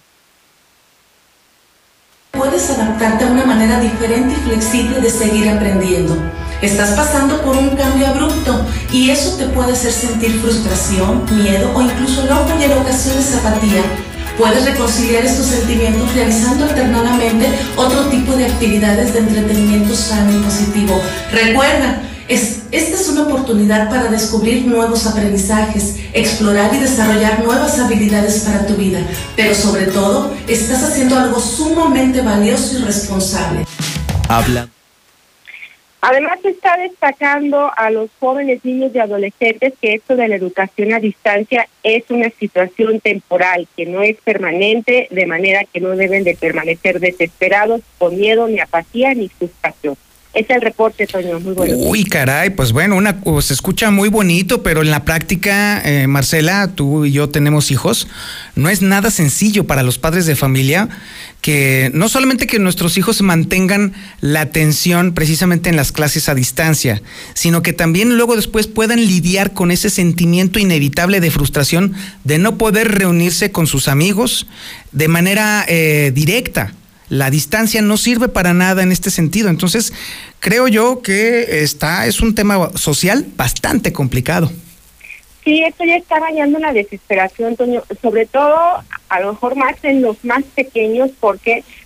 Puedes adaptarte a una manera diferente y flexible de seguir aprendiendo. Estás pasando por un cambio abrupto y eso te puede hacer sentir frustración, miedo o incluso enojo y en ocasiones apatía. Puedes reconciliar estos sentimientos realizando alternadamente otro tipo de actividades de entretenimiento sano y positivo. Recuerda, esta es una oportunidad para descubrir nuevos aprendizajes, explorar y desarrollar nuevas habilidades para tu vida, pero sobre todo, estás haciendo algo sumamente valioso y responsable. Habla. Además, está destacando a los jóvenes, niños y adolescentes que esto de la educación a distancia es una situación temporal, que no es permanente, de manera que no deben de permanecer desesperados, con miedo, ni apatía, ni frustración. Es el reporte, Toño, muy bueno. Uy, caray, pues bueno, se escucha muy bonito, pero en la práctica, Marcela, tú y yo tenemos hijos, no es nada sencillo para los padres de familia que no solamente que nuestros hijos mantengan la atención precisamente en las clases a distancia, sino que también luego después puedan lidiar con ese sentimiento inevitable de frustración de no poder reunirse con sus amigos de manera directa. La distancia no sirve para nada en este sentido. Entonces, creo yo que es un tema social bastante complicado. Sí, esto ya está bañando la desesperación, Toño, sobre todo a lo mejor más en los más pequeños, porque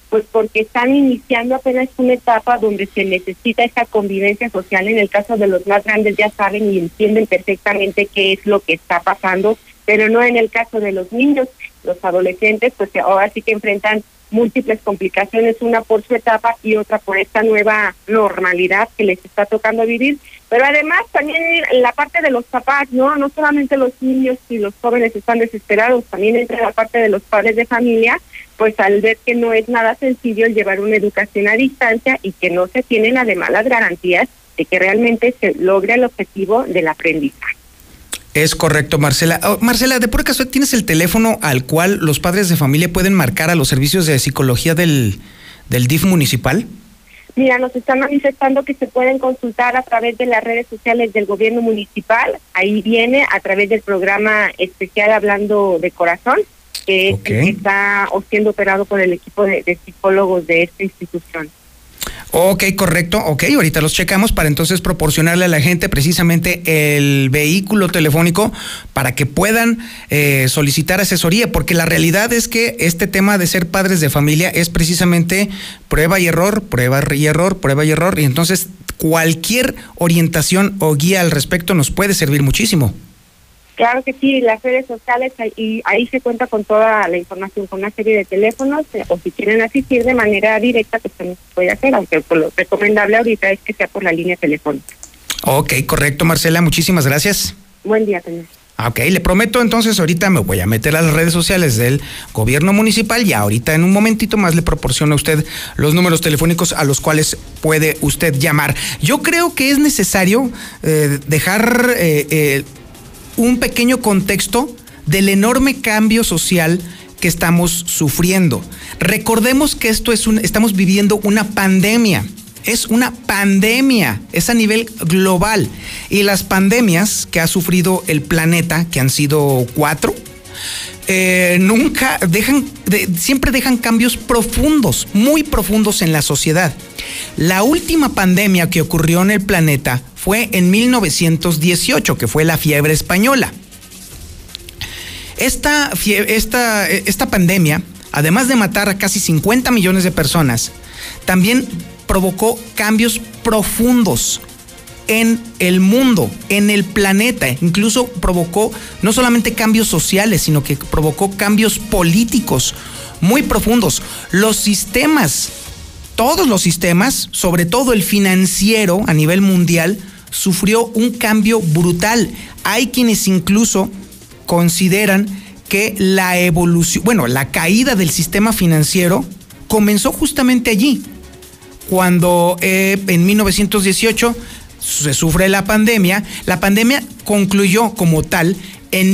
pues porque están iniciando apenas una etapa donde se necesita esta convivencia social. En el caso de los más grandes ya saben y entienden perfectamente qué es lo que está pasando, pero no en el caso de los niños. Los adolescentes pues ahora sí que enfrentan múltiples complicaciones, una por su etapa y otra por esta nueva normalidad que les está tocando vivir. Pero además también la parte de los papás, no solamente los niños y los jóvenes están desesperados, también entra la parte de los padres de familia, pues al ver que no es nada sencillo el llevar una educación a distancia y que no se tienen además las garantías de que realmente se logre el objetivo del aprendizaje. Es correcto, Marcela. Marcela, de por caso, ¿tienes el teléfono al cual los padres de familia pueden marcar a los servicios de psicología del DIF municipal? Mira, nos están manifestando que se pueden consultar a través de las redes sociales del gobierno municipal. Ahí viene a través del programa especial Hablando de Corazón, que es el que está siendo operado por el equipo de psicólogos de esta institución. Ok, correcto. Ok, ahorita los checamos para entonces proporcionarle a la gente precisamente el vehículo telefónico para que puedan solicitar asesoría, porque la realidad es que este tema de ser padres de familia es precisamente prueba y error, prueba y error, prueba y error, y entonces cualquier orientación o guía al respecto nos puede servir muchísimo. Claro que sí, las redes sociales, y ahí se cuenta con toda la información, con una serie de teléfonos, o si quieren asistir de manera directa, pues también se puede hacer, aunque lo recomendable ahorita es que sea por la línea telefónica. Ok, correcto, Marcela, muchísimas gracias. Buen día, señor. Ok, le prometo entonces ahorita me voy a meter a las redes sociales del gobierno municipal y ahorita en un momentito más le proporciono a usted los números telefónicos a los cuales puede usted llamar. Yo creo que es necesario dejar un pequeño contexto del enorme cambio social que estamos sufriendo. Recordemos que estamos viviendo una pandemia. Es una pandemia, es a nivel global. Y las pandemias que ha sufrido el planeta, que han sido 4, siempre dejan cambios profundos, muy profundos en la sociedad. La última pandemia que ocurrió en el planeta fue en 1918, que fue la fiebre española. Esta pandemia, además de matar a casi 50 millones de personas, también provocó cambios profundos en el mundo, en el planeta. Incluso provocó no solamente cambios sociales, sino que provocó cambios políticos muy profundos. Los sistemas, todos los sistemas, sobre todo el financiero a nivel mundial, sufrió un cambio brutal. Hay quienes incluso consideran que la caída del sistema financiero comenzó justamente allí, cuando en 1918 se sufre la pandemia. La pandemia concluyó como tal en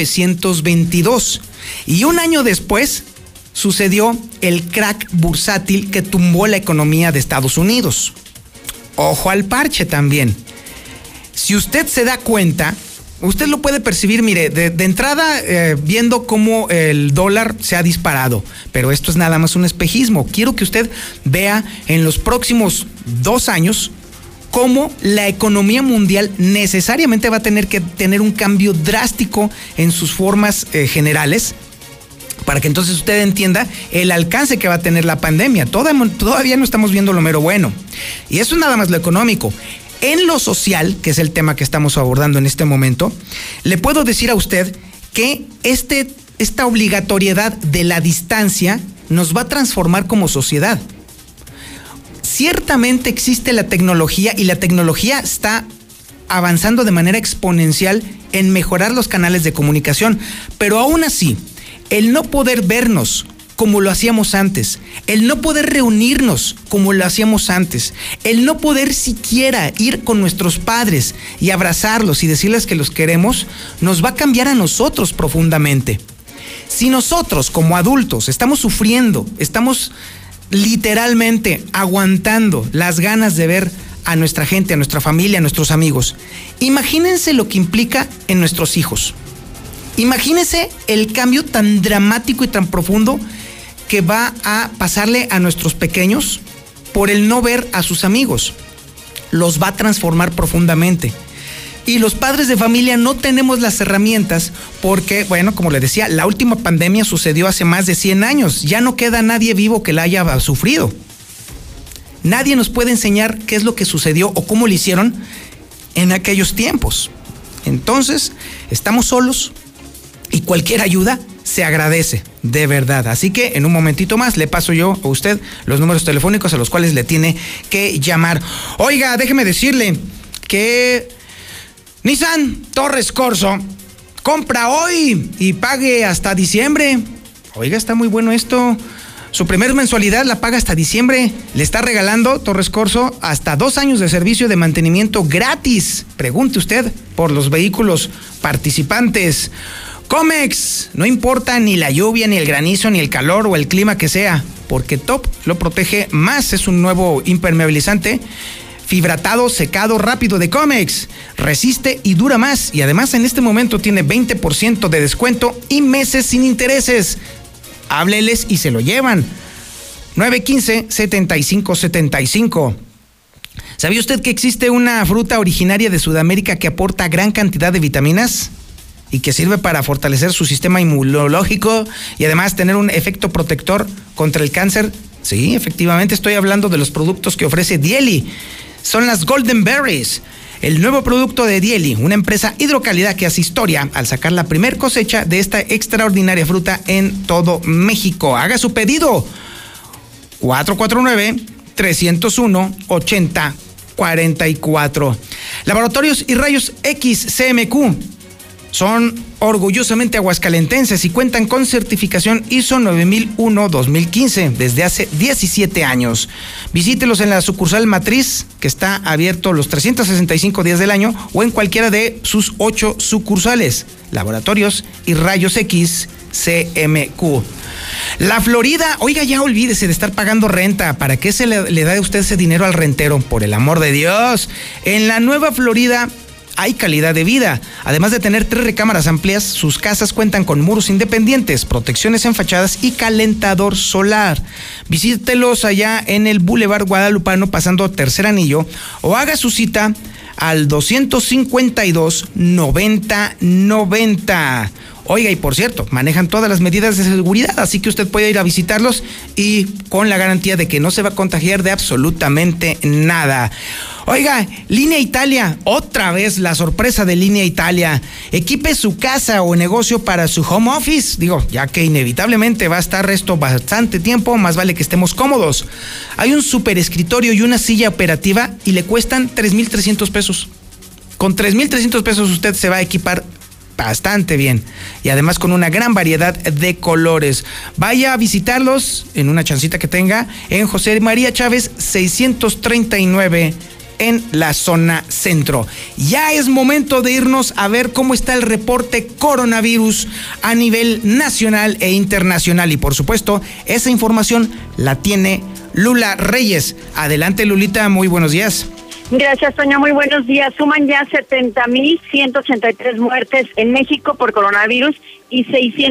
1922 y un año después sucedió el crack bursátil que tumbó la economía de Estados Unidos. Ojo al parche también. Si usted se da cuenta, usted lo puede percibir, mire, de entrada viendo cómo el dólar se ha disparado, pero esto es nada más un espejismo. Quiero que usted vea en los próximos 2 años cómo la economía mundial necesariamente va a tener que tener un cambio drástico en sus formas generales, para que entonces usted entienda el alcance que va a tener la pandemia. Todavía no estamos viendo lo mero bueno. Y eso es nada más lo económico. En lo social, que es el tema que estamos abordando en este momento, le puedo decir a usted que esta obligatoriedad de la distancia nos va a transformar como sociedad. Ciertamente existe la tecnología y la tecnología está avanzando de manera exponencial en mejorar los canales de comunicación, pero aún así, el no poder vernos como lo hacíamos antes, el no poder reunirnos como lo hacíamos antes, el no poder siquiera ir con nuestros padres y abrazarlos y decirles que los queremos, nos va a cambiar a nosotros profundamente. Si nosotros como adultos estamos sufriendo, estamos literalmente aguantando las ganas de ver a nuestra gente, a nuestra familia, a nuestros amigos, imagínense lo que implica en nuestros hijos. Imagínense el cambio tan dramático y tan profundo que va a pasarle a nuestros pequeños por el no ver a sus amigos. Los va a transformar profundamente. Y los padres de familia no tenemos las herramientas porque, bueno, como le decía, la última pandemia sucedió hace más de 100 años. Ya no queda nadie vivo que la haya sufrido. Nadie nos puede enseñar qué es lo que sucedió o cómo lo hicieron en aquellos tiempos. Entonces, estamos solos y cualquier ayuda se agradece, de verdad. Así que en un momentito más le paso yo a usted los números telefónicos a los cuales le tiene que llamar. Oiga, déjeme decirle que Nissan Torres Corso compra hoy y pague hasta diciembre. Oiga, está muy bueno esto. Su primer mensualidad la paga hasta diciembre. Le está regalando Torres Corso hasta 2 años de servicio de mantenimiento gratis. Pregunte usted por los vehículos participantes. Comex, no importa ni la lluvia, ni el granizo, ni el calor o el clima que sea, porque Top lo protege más. Es un nuevo impermeabilizante fibratado, secado rápido de Comex. Resiste y dura más. Y además en este momento tiene 20% de descuento y meses sin intereses. Hábleles y se lo llevan. 915-7575. ¿Sabía usted que existe una fruta originaria de Sudamérica que aporta gran cantidad de vitaminas y que sirve para fortalecer su sistema inmunológico y además tener un efecto protector contra el cáncer? Sí, efectivamente, estoy hablando de los productos que ofrece Dieli. Son las Golden Berries, el nuevo producto de Dieli, una empresa hidrocálida que hace historia al sacar la primer cosecha de esta extraordinaria fruta en todo México. Haga su pedido. 449-301-8044. Laboratorios y Rayos X CMQ son orgullosamente aguascalentenses y cuentan con certificación ISO 9001-2015 desde hace 17 años. Visítelos en la sucursal matriz, que está abierto los 365 días del año, o en cualquiera de sus 8 sucursales. Laboratorios y Rayos X CMQ. La Florida, oiga, ya olvídese de estar pagando renta. ¿Para qué se le da a usted ese dinero al rentero? Por el amor de Dios. En la Nueva Florida hay calidad de vida. Además de tener 3 recámaras amplias, sus casas cuentan con muros independientes, protecciones en fachadas y calentador solar. Visítelos allá en el Boulevard Guadalupano, pasando Tercer Anillo, o haga su cita al 252-9090. Oiga, y por cierto, manejan todas las medidas de seguridad, así que usted puede ir a visitarlos y con la garantía de que no se va a contagiar de absolutamente nada. Oiga, Línea Italia, otra vez la sorpresa de Línea Italia. Equipe su casa o negocio para su home office. Digo, ya que inevitablemente va a estar esto bastante tiempo, más vale que estemos cómodos. Hay un super escritorio y una silla operativa y le cuestan 3,300 pesos. Con 3,300 pesos usted se va a equipar bastante bien y además con una gran variedad de colores. Vaya a visitarlos en una chancita que tenga en José María Chávez 639 en la zona centro. Ya es momento de irnos a ver cómo está el reporte coronavirus a nivel nacional e internacional, y por supuesto esa información la tiene Lula Reyes. Adelante, Lulita, muy buenos días. Gracias, Toño. Muy buenos días. Suman ya 70,183 muertes en México por coronavirus y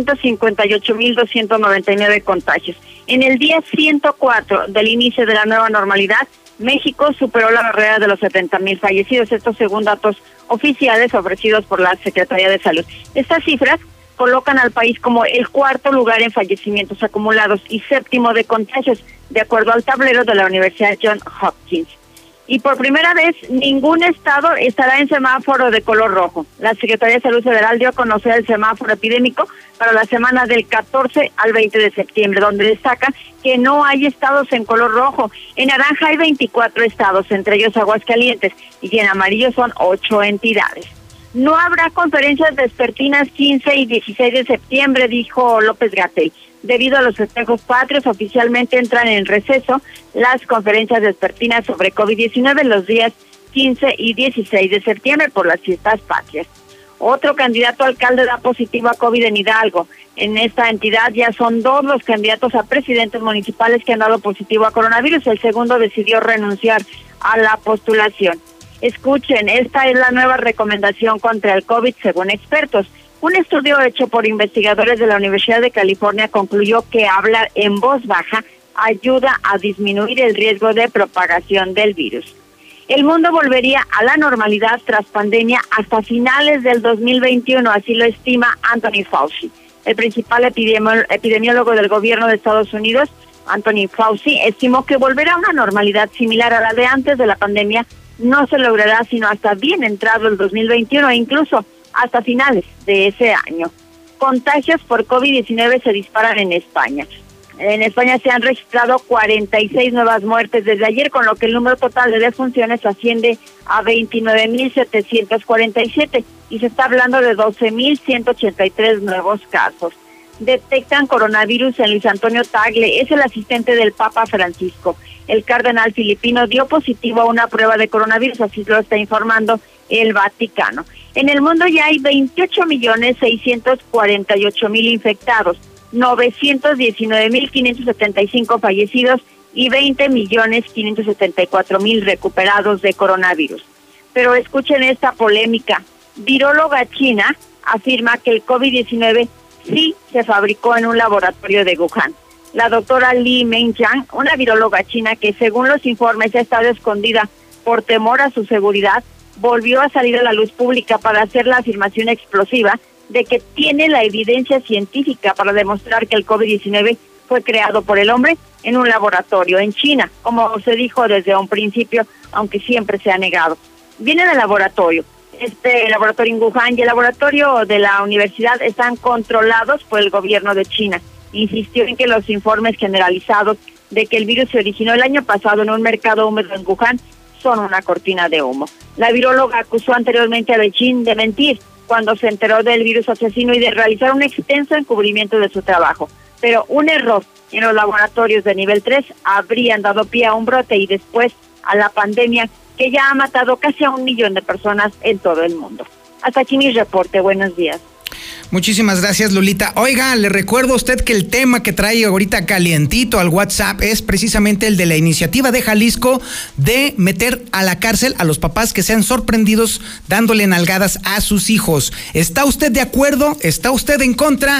658,299 contagios. En el día 104 del inicio de la nueva normalidad, México superó la barrera de los 70,000 fallecidos. Esto según datos oficiales ofrecidos por la Secretaría de Salud. Estas cifras colocan al país como el 4º lugar en fallecimientos acumulados y 7º de contagios, de acuerdo al tablero de la Universidad Johns Hopkins. Y por primera vez, ningún estado estará en semáforo de color rojo. La Secretaría de Salud Federal dio a conocer el semáforo epidémico para la semana del 14 al 20 de septiembre, donde destaca que no hay estados en color rojo. En naranja hay 24 estados, entre ellos Aguascalientes, y en amarillo son 8 entidades. No habrá conferencias vespertinas 15 y 16 de septiembre, dijo López-Gatell. Debido a los festejos patrios, oficialmente entran en receso las conferencias vespertinas sobre COVID-19 los días 15 y 16 de septiembre por las fiestas patrias. Otro candidato a alcalde da positivo a COVID en Hidalgo. En esta entidad ya son 2 los candidatos a presidentes municipales que han dado positivo a coronavirus. El segundo decidió renunciar a la postulación. Escuchen, esta es la nueva recomendación contra el COVID según expertos. Un estudio hecho por investigadores de la Universidad de California concluyó que hablar en voz baja ayuda a disminuir el riesgo de propagación del virus. El mundo volvería a la normalidad tras pandemia hasta finales del 2021, así lo estima Anthony Fauci. El principal epidemiólogo del gobierno de Estados Unidos, Anthony Fauci, estimó que volver a una normalidad similar a la de antes de la pandemia no se logrará sino hasta bien entrado el 2021 e incluso hasta finales de ese año. Contagios por COVID-19 se disparan en España. En España se han registrado 46 nuevas muertes desde ayer, con lo que el número total de defunciones asciende a 29.747 y se está hablando de 12.183 nuevos casos. Detectan coronavirus en Luis Antonio Tagle, es el asistente del Papa Francisco. El cardenal filipino dio positivo a una prueba de coronavirus, así lo está informando el Vaticano. En el mundo ya hay 28.648.000 infectados, 919.575 fallecidos y 20.574.000 recuperados de coronavirus. Pero escuchen esta polémica. Viróloga china afirma que el COVID-19 sí se fabricó en un laboratorio de Wuhan. La doctora Li Mengjiang, una viróloga china que según los informes ha estado escondida por temor a su seguridad, volvió a salir a la luz pública para hacer la afirmación explosiva de que tiene la evidencia científica para demostrar que el COVID-19 fue creado por el hombre en un laboratorio en China, como se dijo desde un principio, aunque siempre se ha negado. Viene del laboratorio. Este laboratorio en Wuhan y el laboratorio de la universidad están controlados por el gobierno de China. Insistió en que los informes generalizados de que el virus se originó el año pasado en un mercado húmedo en Wuhan son una cortina de humo. La viróloga acusó anteriormente a Beijing de mentir cuando se enteró del virus asesino y de realizar un extenso encubrimiento de su trabajo. Pero un error en los laboratorios de nivel 3 habrían dado pie a un brote y después a la pandemia que ya ha matado casi a 1 millón de personas en todo el mundo. Hasta aquí mi reporte. Buenos días. Muchísimas gracias, Lolita. Oiga, le recuerdo a usted que el tema que trae ahorita calientito al WhatsApp es precisamente el de la iniciativa de Jalisco de meter a la cárcel a los papás que sean sorprendidos dándole nalgadas a sus hijos. ¿Está usted de acuerdo? ¿Está usted en contra?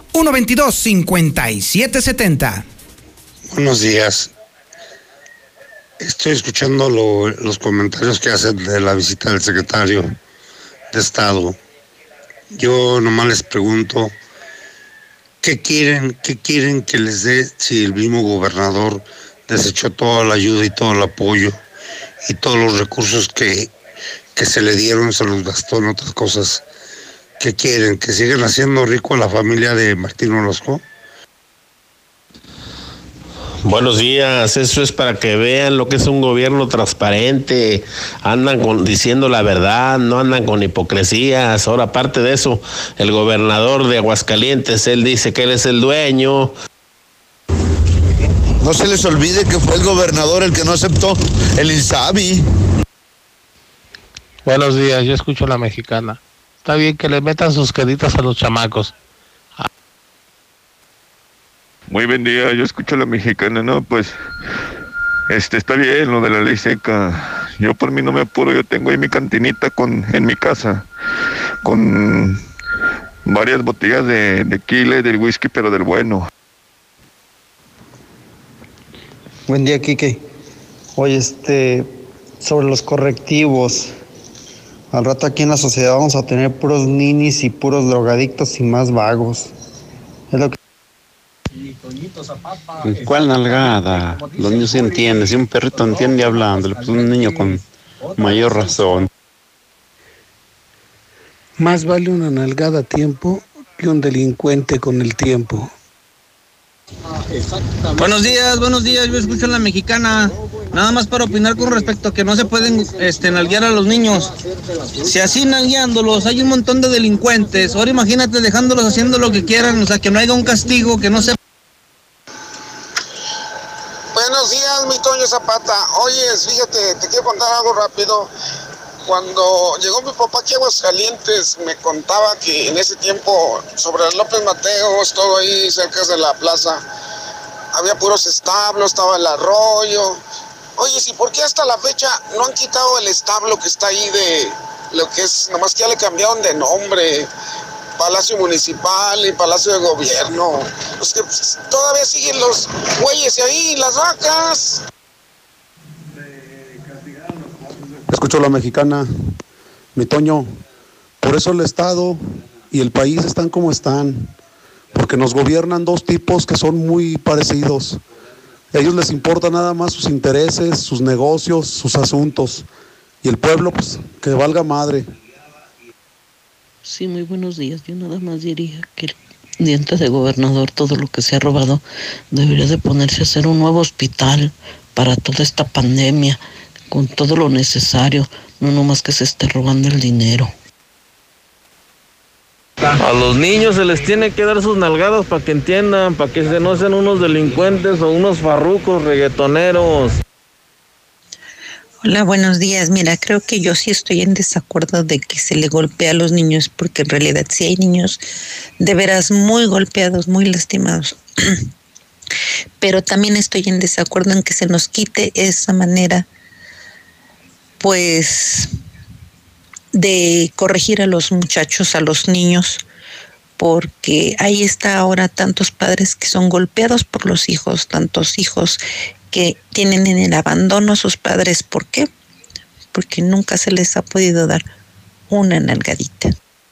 122-5770. Buenos días. Estoy escuchando los comentarios que hacen de la visita del secretario de Estado. Yo nomás les pregunto, ¿qué quieren que les dé si el mismo gobernador desechó toda la ayuda y todo el apoyo y todos los recursos que se le dieron, se los gastó en otras cosas? ¿Qué quieren? ¿Que sigan haciendo rico a la familia de Martín Orozco? Buenos días, eso es para que vean lo que es un gobierno transparente, andan diciendo la verdad, no andan con hipocresías. Ahora, aparte de eso, el gobernador de Aguascalientes, él dice que él es el dueño. No se les olvide que fue el gobernador el que no aceptó el INSABI. Buenos días, yo escucho La Mexicana. Está bien que le metan sus queditas a los chamacos. Muy buen día, yo escucho La Mexicana, ¿no? Pues, está bien lo de la ley seca. Yo por mí no me apuro, yo tengo ahí mi cantinita en mi casa, con varias botellas de tequila, del whisky, pero del bueno. Buen día, Quique. Oye, sobre los correctivos, al rato aquí en la sociedad vamos a tener puros ninis y puros drogadictos y más vagos. Es lo que... ¿Cuál nalgada? Los niños sí entienden. Si un perrito entiende hablándole, pues un niño con mayor razón. Más vale una nalgada a tiempo que un delincuente con el tiempo. Buenos días, yo escucho La Mexicana. Nada más para opinar con respecto a que no se pueden nalguear a los niños. Si así nalgueándolos hay un montón de delincuentes, ahora imagínate dejándolos haciendo lo que quieran, o sea, que no haya un castigo, que no se... Buenos días, mi Toño Zapata. Oye, fíjate, te quiero contar algo rápido. Cuando llegó mi papá aquí a Aguascalientes, me contaba que en ese tiempo, sobre López Mateos, todo ahí cerca de la plaza, había puros establos, estaba el arroyo. Oye, ¿sí por qué hasta la fecha no han quitado el establo que está ahí de lo que es, nomás que ya le cambiaron de nombre, Palacio Municipal y Palacio de Gobierno? Pues que todavía siguen los bueyes ahí, las vacas. Escucho la mexicana. Mi Toño, por eso el Estado y el país están como están, porque nos gobiernan dos tipos que son muy parecidos. A ellos les importa nada más sus intereses, sus negocios, sus asuntos, y el pueblo, pues, que valga madre. Sí, muy buenos días. Yo nada más diría que el diente de gobernador, todo lo que se ha robado, debería de ponerse a hacer un nuevo hospital para toda esta pandemia, con todo lo necesario, no nomás que se esté robando el dinero. A los niños se les tiene que dar sus nalgadas para que entiendan, para que no sean unos delincuentes o unos farrucos reggaetoneros. Hola, buenos días. Mira, creo que yo sí estoy en desacuerdo de que se le golpea a los niños, porque en realidad sí hay niños de veras muy golpeados, muy lastimados. Pero también estoy en desacuerdo en que se nos quite esa manera, pues, de corregir a los muchachos, a los niños, porque ahí está ahora tantos padres que son golpeados por los hijos, tantos hijos que tienen en el abandono a sus padres. ¿Por qué? Porque nunca se les ha podido dar una nalgadita.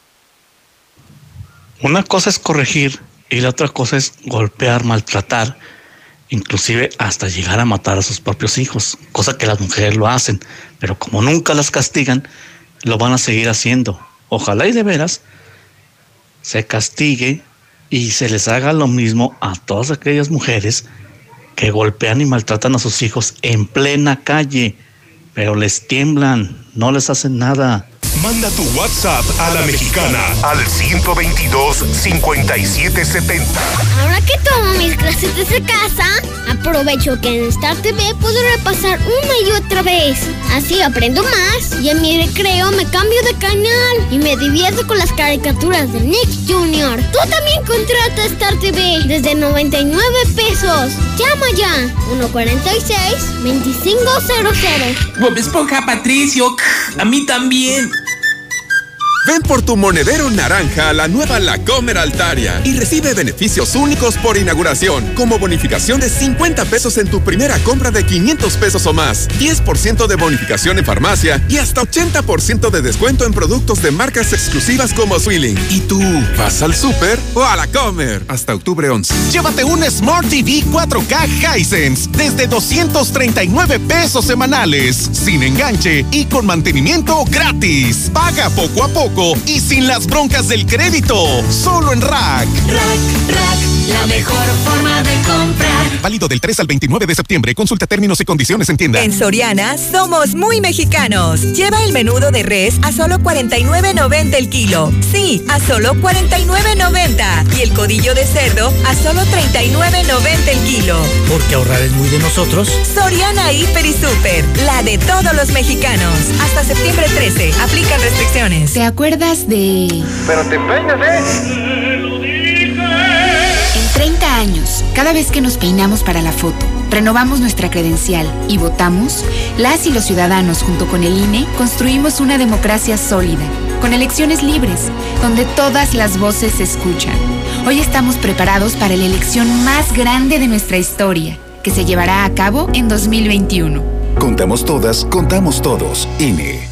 Una cosa es corregir y la otra cosa es golpear, maltratar, inclusive hasta llegar a matar a sus propios hijos, cosa que las mujeres lo hacen, pero como nunca las castigan, lo van a seguir haciendo. Ojalá y de veras se castigue y se les haga lo mismo a todas aquellas mujeres que golpean y maltratan a sus hijos en plena calle, pero les tiemblan, no les hacen nada. Manda tu WhatsApp a la mexicana al 122-5770. Ahora que tomo mis clases desde casa, aprovecho que en Star TV puedo repasar una y otra vez. Así aprendo más y en mi recreo me cambio de canal y me divierto con las caricaturas de Nick Jr. Tú también contrata Star TV desde 99 pesos. Llama ya, 146-2500. Bob Esponja, Patricio, a mí también. Ven por tu monedero naranja a la nueva La Comer Altaria y recibe beneficios únicos por inauguración, como bonificación de 50 pesos en tu primera compra de 500 pesos o más, 10% de bonificación en farmacia y hasta 80% de descuento en productos de marcas exclusivas como Swilling. ¿Y tú, vas al súper o a La Comer? Hasta octubre 11. Llévate un Smart TV 4K Hisense desde 239 pesos semanales, sin enganche y con mantenimiento gratis. Paga poco a poco y sin las broncas del crédito. Solo en Rack. Rack, la mejor forma de comprar. Válido del 3 al 29 de septiembre. Consulta términos y condiciones en tienda. En Soriana somos muy mexicanos. Lleva el menudo de res a solo $49.90 el kilo. Sí, a solo $49.90. Y el codillo de cerdo a solo $39.90 el kilo. Porque ahorrar es muy de nosotros. Soriana Hiper y Super, la de todos los mexicanos. Hasta septiembre 13. Aplican restricciones. ¿Te acuerdas de...? Pero te peinas, ¿eh? En 30 años, cada vez que nos peinamos para la foto, renovamos nuestra credencial y votamos, las y los ciudadanos junto con el INE construimos una democracia sólida, con elecciones libres, donde todas las voces se escuchan. Hoy estamos preparados para la elección más grande de nuestra historia, que se llevará a cabo en 2021. Contamos todas, contamos todos. INE.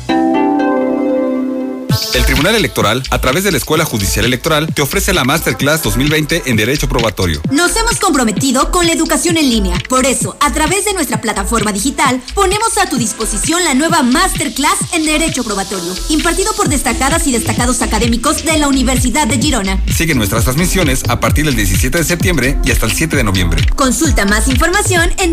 El Tribunal Electoral, a través de la Escuela Judicial Electoral, te ofrece la Masterclass 2020 en Derecho Probatorio. Nos hemos comprometido con la educación en línea. Por eso, a través de nuestra plataforma digital, ponemos a tu disposición la nueva Masterclass en Derecho Probatorio, impartido por destacadas y destacados académicos de la Universidad de Girona. Sigue nuestras transmisiones a partir del 17 de septiembre y hasta el 7 de noviembre. Consulta más información en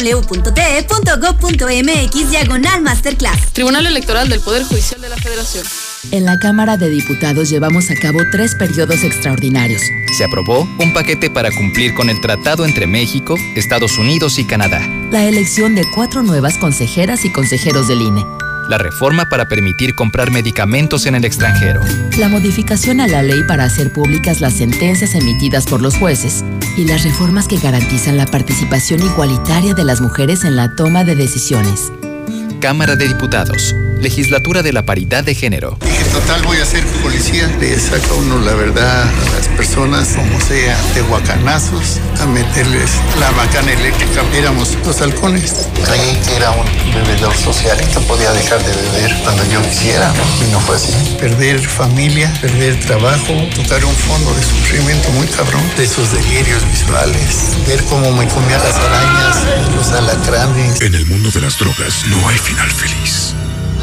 www.te.gov.mx/Masterclass. Tribunal Electoral del Poder Judicial de la Federación. En la Cámara de Diputados llevamos a cabo 3 periodos extraordinarios. Se aprobó un paquete para cumplir con el tratado entre México, Estados Unidos y Canadá. La elección de 4 nuevas consejeras y consejeros del INE. La reforma para permitir comprar medicamentos en el extranjero. La modificación a la ley para hacer públicas las sentencias emitidas por los jueces. Y las reformas que garantizan la participación igualitaria de las mujeres en la toma de decisiones. Cámara de Diputados. Legislatura de la Paridad de Género. Dije, total, voy a ser policía. Le saca uno la verdad a las personas, como sea, de guacanazos, a meterles la macana eléctrica. Éramos los halcones. Creí que era un bebedor social y que podía dejar de beber cuando yo quisiera, ¿no? Y no fue así. Perder familia, perder trabajo, tocar un fondo de sufrimiento muy cabrón, de esos delirios visuales, ver cómo me comía las arañas, los alacranes. En el mundo de las drogas no hay final feliz.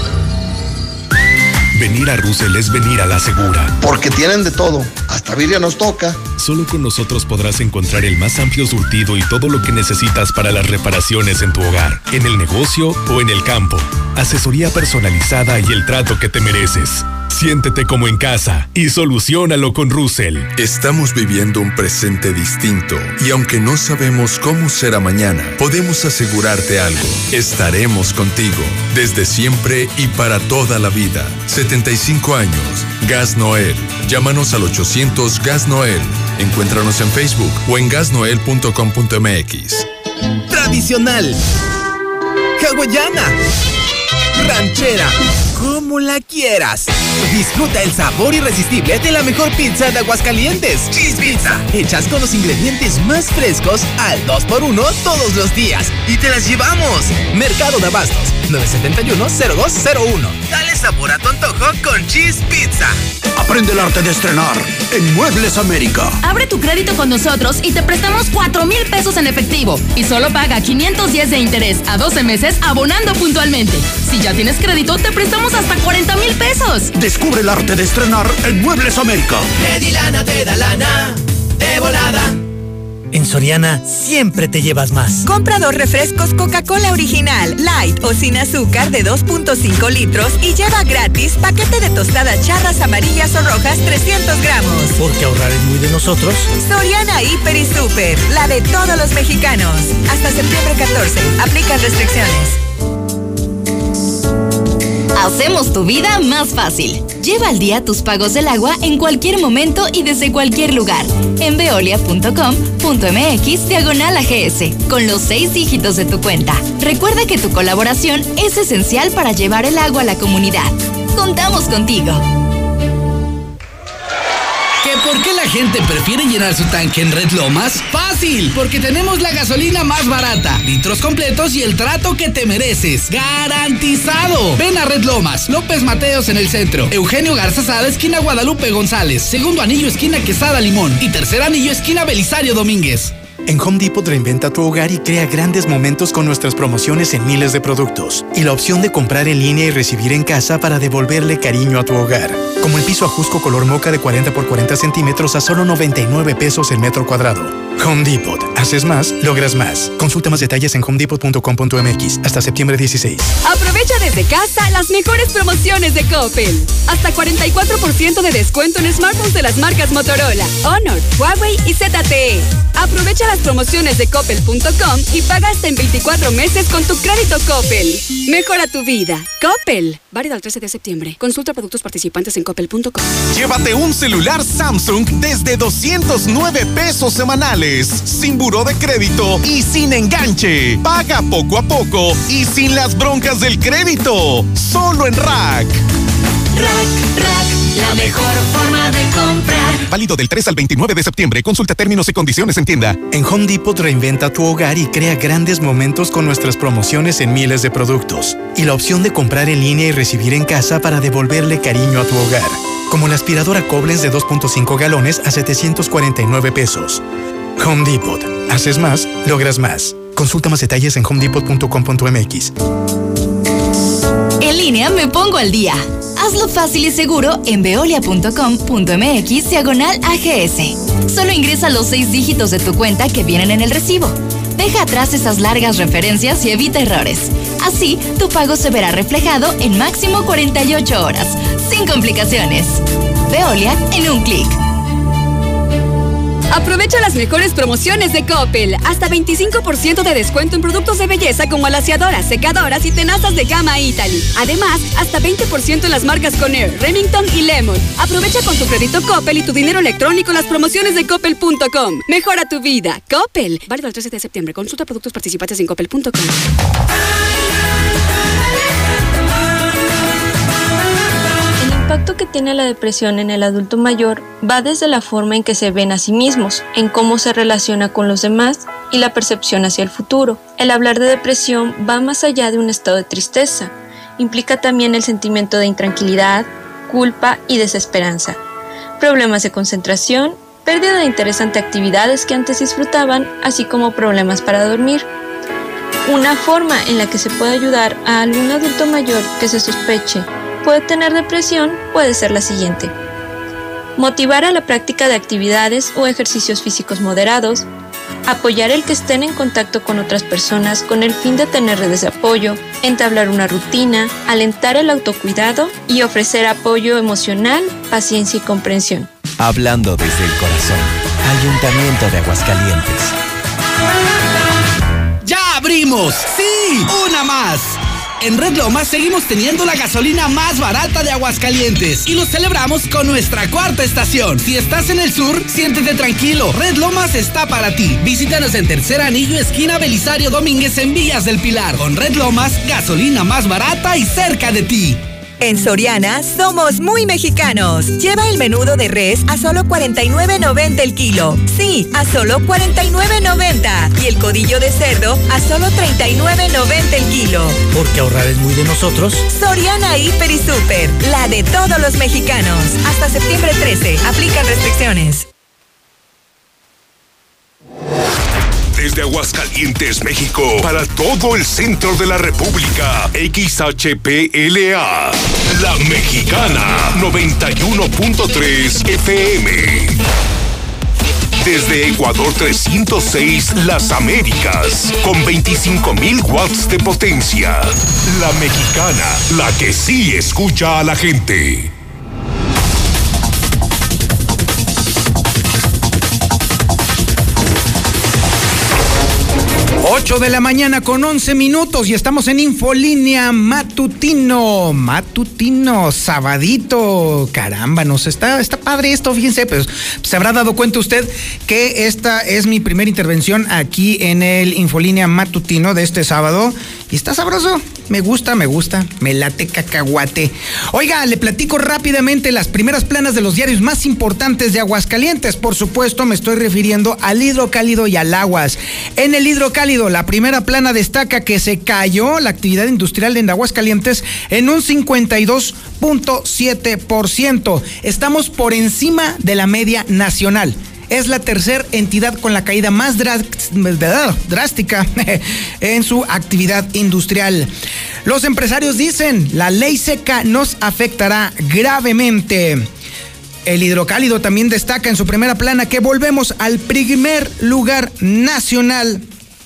Venir a Russell es venir a la segura. Porque tienen de todo, hasta birria nos toca. Solo con nosotros podrás encontrar el más amplio surtido y todo lo que necesitas para las reparaciones en tu hogar, en el negocio o en el campo. Asesoría personalizada y el trato que te mereces. Siéntete como en casa y soluciónalo con Russell. Estamos viviendo un presente distinto y aunque no sabemos cómo será mañana, podemos asegurarte algo. Estaremos contigo desde siempre y para toda la vida. 75 años. Gas Noel. Llámanos al 800 Gas Noel. Encuéntranos en Facebook o en gasnoel.com.mx. Tradicional. Hawaiana. Ranchera, como la quieras. Disfruta el sabor irresistible de la mejor pizza de Aguascalientes. Cheese Pizza. Hechas con los ingredientes más frescos al 2x1 todos los días. Y te las llevamos. Mercado de Abastos, 971-0201. Dale sabor a tu antojo con Cheese Pizza. Aprende el arte de estrenar en Muebles América. Abre tu crédito con nosotros y te prestamos 4,000 pesos en efectivo. Y solo paga 510 de interés a 12 meses abonando puntualmente. Si ya tienes crédito, te prestamos hasta 40,000 pesos. Descubre el arte de estrenar en Muebles América. Medilana te da lana de volada. En Soriana siempre te llevas más. Compra 2 refrescos Coca-Cola Original, Light o sin azúcar de 2.5 litros y lleva gratis paquete de tostadas charras amarillas o rojas 300 gramos. Porque ahorrar es muy de nosotros. Soriana Hiper y Super, la de todos los mexicanos. Hasta septiembre 14. Aplican restricciones. Hacemos tu vida más fácil. Lleva al día tus pagos del agua en cualquier momento y desde cualquier lugar. En veolia.com.mx/AGS, con los 6 dígitos de tu cuenta. Recuerda que tu colaboración es esencial para llevar el agua a la comunidad. Contamos contigo. ¿Por qué la gente prefiere llenar su tanque en Red Lomas? ¡Fácil! Porque tenemos la gasolina más barata, litros completos y el trato que te mereces. ¡Garantizado! Ven a Red Lomas, López Mateos en el centro, Eugenio Garza Sada, esquina Guadalupe González, segundo anillo, esquina Quesada Limón y tercer anillo, esquina Belisario Domínguez. En Home Depot reinventa tu hogar y crea grandes momentos con nuestras promociones en miles de productos. Y la opción de comprar en línea y recibir en casa para devolverle cariño a tu hogar. Como el piso Ajusco color moca de 40 por 40 centímetros a solo 99 pesos el metro cuadrado. Home Depot. Haces más, logras más. Consulta más detalles en homedepot.com.mx hasta septiembre 16. Aprovecha desde casa las mejores promociones de Coppel. Hasta 44% de descuento en smartphones de las marcas Motorola, Honor, Huawei y ZTE. Aprovecha las promociones de Coppel.com y paga hasta en 24 meses con tu crédito Coppel. Mejora tu vida. Coppel. Válido al 13 de septiembre. Consulta productos participantes en Coppel.com. Llévate un celular Samsung desde 209 pesos semanales, sin buró de crédito y sin enganche. Paga poco a poco y sin las broncas del crédito. Solo en Rack. Rack, la mejor forma de comprar. Válido del 3 al 29 de septiembre. Consulta términos y condiciones en tienda. En Home Depot reinventa tu hogar y crea grandes momentos con nuestras promociones en miles de productos. Y la opción de comprar en línea y recibir en casa para devolverle cariño a tu hogar. Como la aspiradora Koblenz de 2.5 galones a 749 pesos. Home Depot. Haces más, logras más. Consulta más detalles en homedepot.com.mx. En línea me pongo al día. Hazlo fácil y seguro en veolia.com.mx/AGS. Solo ingresa los 6 dígitos de tu cuenta que vienen en el recibo. Deja atrás esas largas referencias y evita errores. Así, tu pago se verá reflejado en máximo 48 horas, sin complicaciones. Veolia en un clic. Aprovecha las mejores promociones de Coppel. Hasta 25% de descuento en productos de belleza como alaciadoras, secadoras y tenazas de gama Italy. Además, hasta 20% en las marcas Conair, Remington y Lemon. Aprovecha con tu crédito Coppel y tu dinero electrónico las promociones de Coppel.com. Mejora tu vida. Coppel. Válido el 13 de septiembre. Consulta productos participantes en Coppel.com. impacto que tiene la depresión en el adulto mayor va desde la forma en que se ven a sí mismos, en cómo se relaciona con los demás y la percepción hacia el futuro. El hablar de depresión va más allá de un estado de tristeza. Implica también el sentimiento de intranquilidad, culpa y desesperanza, problemas de concentración, pérdida de interés ante actividades que antes disfrutaban, así como problemas para dormir. Una forma en la que se puede ayudar a algún adulto mayor que se sospeche puede tener depresión puede ser la siguiente: motivar a la práctica de actividades o ejercicios físicos moderados, apoyar el que estén en contacto con otras personas con el fin de tener redes de apoyo, entablar una rutina, alentar el autocuidado y ofrecer apoyo emocional, paciencia y comprensión. Hablando desde el corazón, Ayuntamiento de Aguascalientes. ¡Ya abrimos! ¡Sí! ¡Una más! En Red Lomas seguimos teniendo la gasolina más barata de Aguascalientes y lo celebramos con nuestra cuarta estación. Si estás en el sur, siéntete tranquilo. Red Lomas está para ti. Visítanos en Tercer Anillo, esquina Belisario Domínguez en Villas del Pilar. Con Red Lomas, gasolina más barata y cerca de ti. En Soriana somos muy mexicanos. Lleva el menudo de res a solo $49.90 el kilo. Sí, a solo $49.90. Y el codillo de cerdo a solo $39.90 el kilo. Porque ahorrar es muy de nosotros. Soriana Hiper y Super, la de todos los mexicanos. Hasta septiembre 13, aplican restricciones. Desde Aguascalientes, México, para todo el centro de la República, XHPLA, La Mexicana, 91.3 FM. Desde Ecuador 306, Las Américas, con 25,000 watts de potencia. La Mexicana, la que sí escucha a la gente. 8 de la mañana con 11 minutos y estamos en Infolínea Matutino, sabadito. Caramba, está padre esto, fíjense, pues se habrá dado cuenta usted que esta es mi primera intervención aquí en el Infolínea Matutino de este sábado y está sabroso. Me gusta, me late cacahuate. Oiga, le platico rápidamente las primeras planas de los diarios más importantes de Aguascalientes. Por supuesto, me estoy refiriendo al Hidrocálido y al Aguas. En el Hidrocálido, la primera plana destaca que se cayó la actividad industrial en Aguascalientes en un 52.7%. Estamos por encima de la media nacional. Es la tercera entidad con la caída más drástica en su actividad industrial. Los empresarios dicen, la ley seca nos afectará gravemente. El Hidrocálido también destaca en su primera plana que volvemos al primer lugar nacional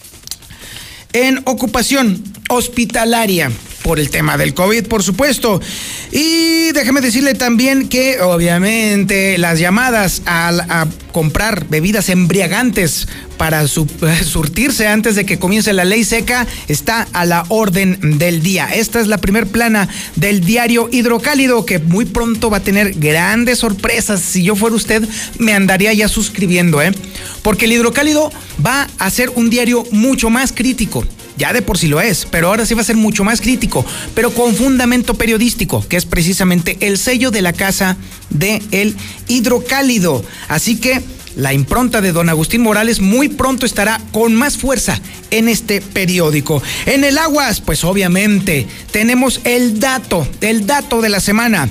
en ocupación hospitalaria. Por el tema del COVID, por supuesto. Y déjeme decirle también que, obviamente, las llamadas a comprar bebidas embriagantes para surtirse antes de que comience la ley seca está a la orden del día. Esta es la primer plana del diario Hidrocálido, que muy pronto va a tener grandes sorpresas. Si yo fuera usted, me andaría ya suscribiendo, porque el Hidrocálido va a ser un diario mucho más crítico. Ya de por sí lo es, pero ahora sí va a ser mucho más crítico, pero con fundamento periodístico, que es precisamente el sello de la casa de El Hidrocálido. Así que la impronta de don Agustín Morales muy pronto estará con más fuerza en este periódico. En el Aguas, pues obviamente tenemos el dato de la semana.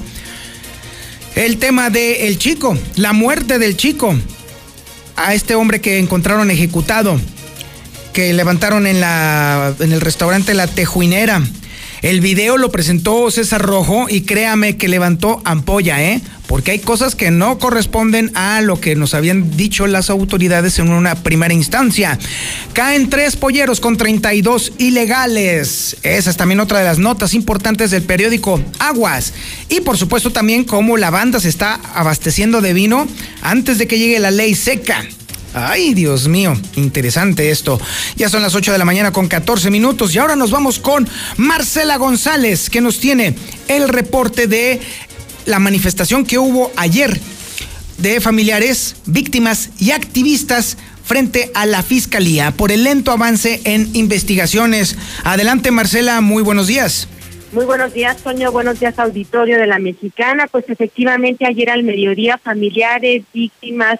El tema de el chico, la muerte del chico, a este hombre que encontraron ejecutado, que levantaron en el restaurante La Tejuinera. El video lo presentó César Rojo y créame que levantó ampolla, porque hay cosas que no corresponden a lo que nos habían dicho las autoridades en una primera instancia. Caen 3 polleros con 32 ilegales. Esa es también otra de las notas importantes del periódico Aguas. Y por supuesto también cómo la banda se está abasteciendo de vino antes de que llegue la ley seca. Ay, Dios mío, interesante esto. Ya son las 8 de la mañana con 14 minutos y ahora nos vamos con Marcela González, que nos tiene el reporte de la manifestación que hubo ayer de familiares, víctimas y activistas frente a la Fiscalía por el lento avance en investigaciones. Adelante, Marcela, muy buenos días. Muy buenos días, Toño. Buenos días, auditorio de La Mexicana. Pues efectivamente ayer al mediodía familiares, víctimas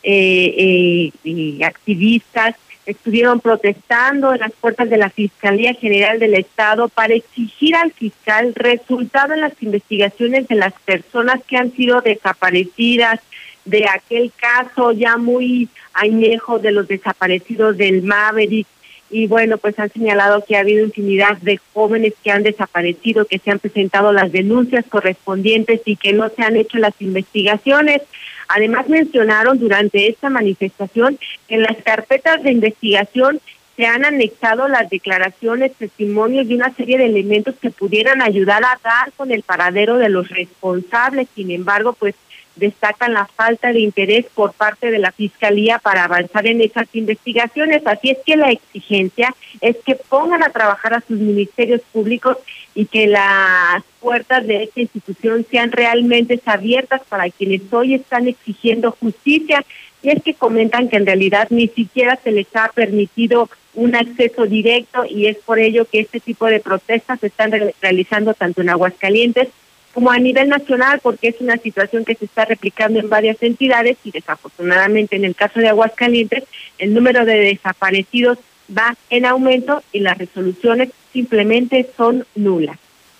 y activistas estuvieron protestando en las puertas de la Fiscalía General del Estado para exigir al fiscal resultado en las investigaciones de las personas que han sido desaparecidas, de aquel caso ya muy añejo de los desaparecidos del Maverick. Y bueno, pues han señalado que ha habido infinidad de jóvenes que han desaparecido, que se han presentado las denuncias correspondientes y que no se han hecho las investigaciones. Además mencionaron durante esta manifestación que en las carpetas de investigación se han anexado las declaraciones, testimonios y una serie de elementos que pudieran ayudar a dar con el paradero de los responsables. Sin embargo, pues destacan la falta de interés por parte de la Fiscalía para avanzar en esas investigaciones. Así es que la exigencia es que pongan a trabajar a sus ministerios públicos y que las puertas de esta institución sean realmente abiertas para quienes hoy están exigiendo justicia. Y es que comentan que en realidad ni siquiera se les ha permitido un acceso directo, y es por ello que este tipo de protestas se están realizando tanto en Aguascalientes como a nivel nacional, porque es una situación que se está replicando en varias entidades y desafortunadamente en el caso de Aguascalientes el número de desaparecidos va en aumento y las resoluciones simplemente son nulas.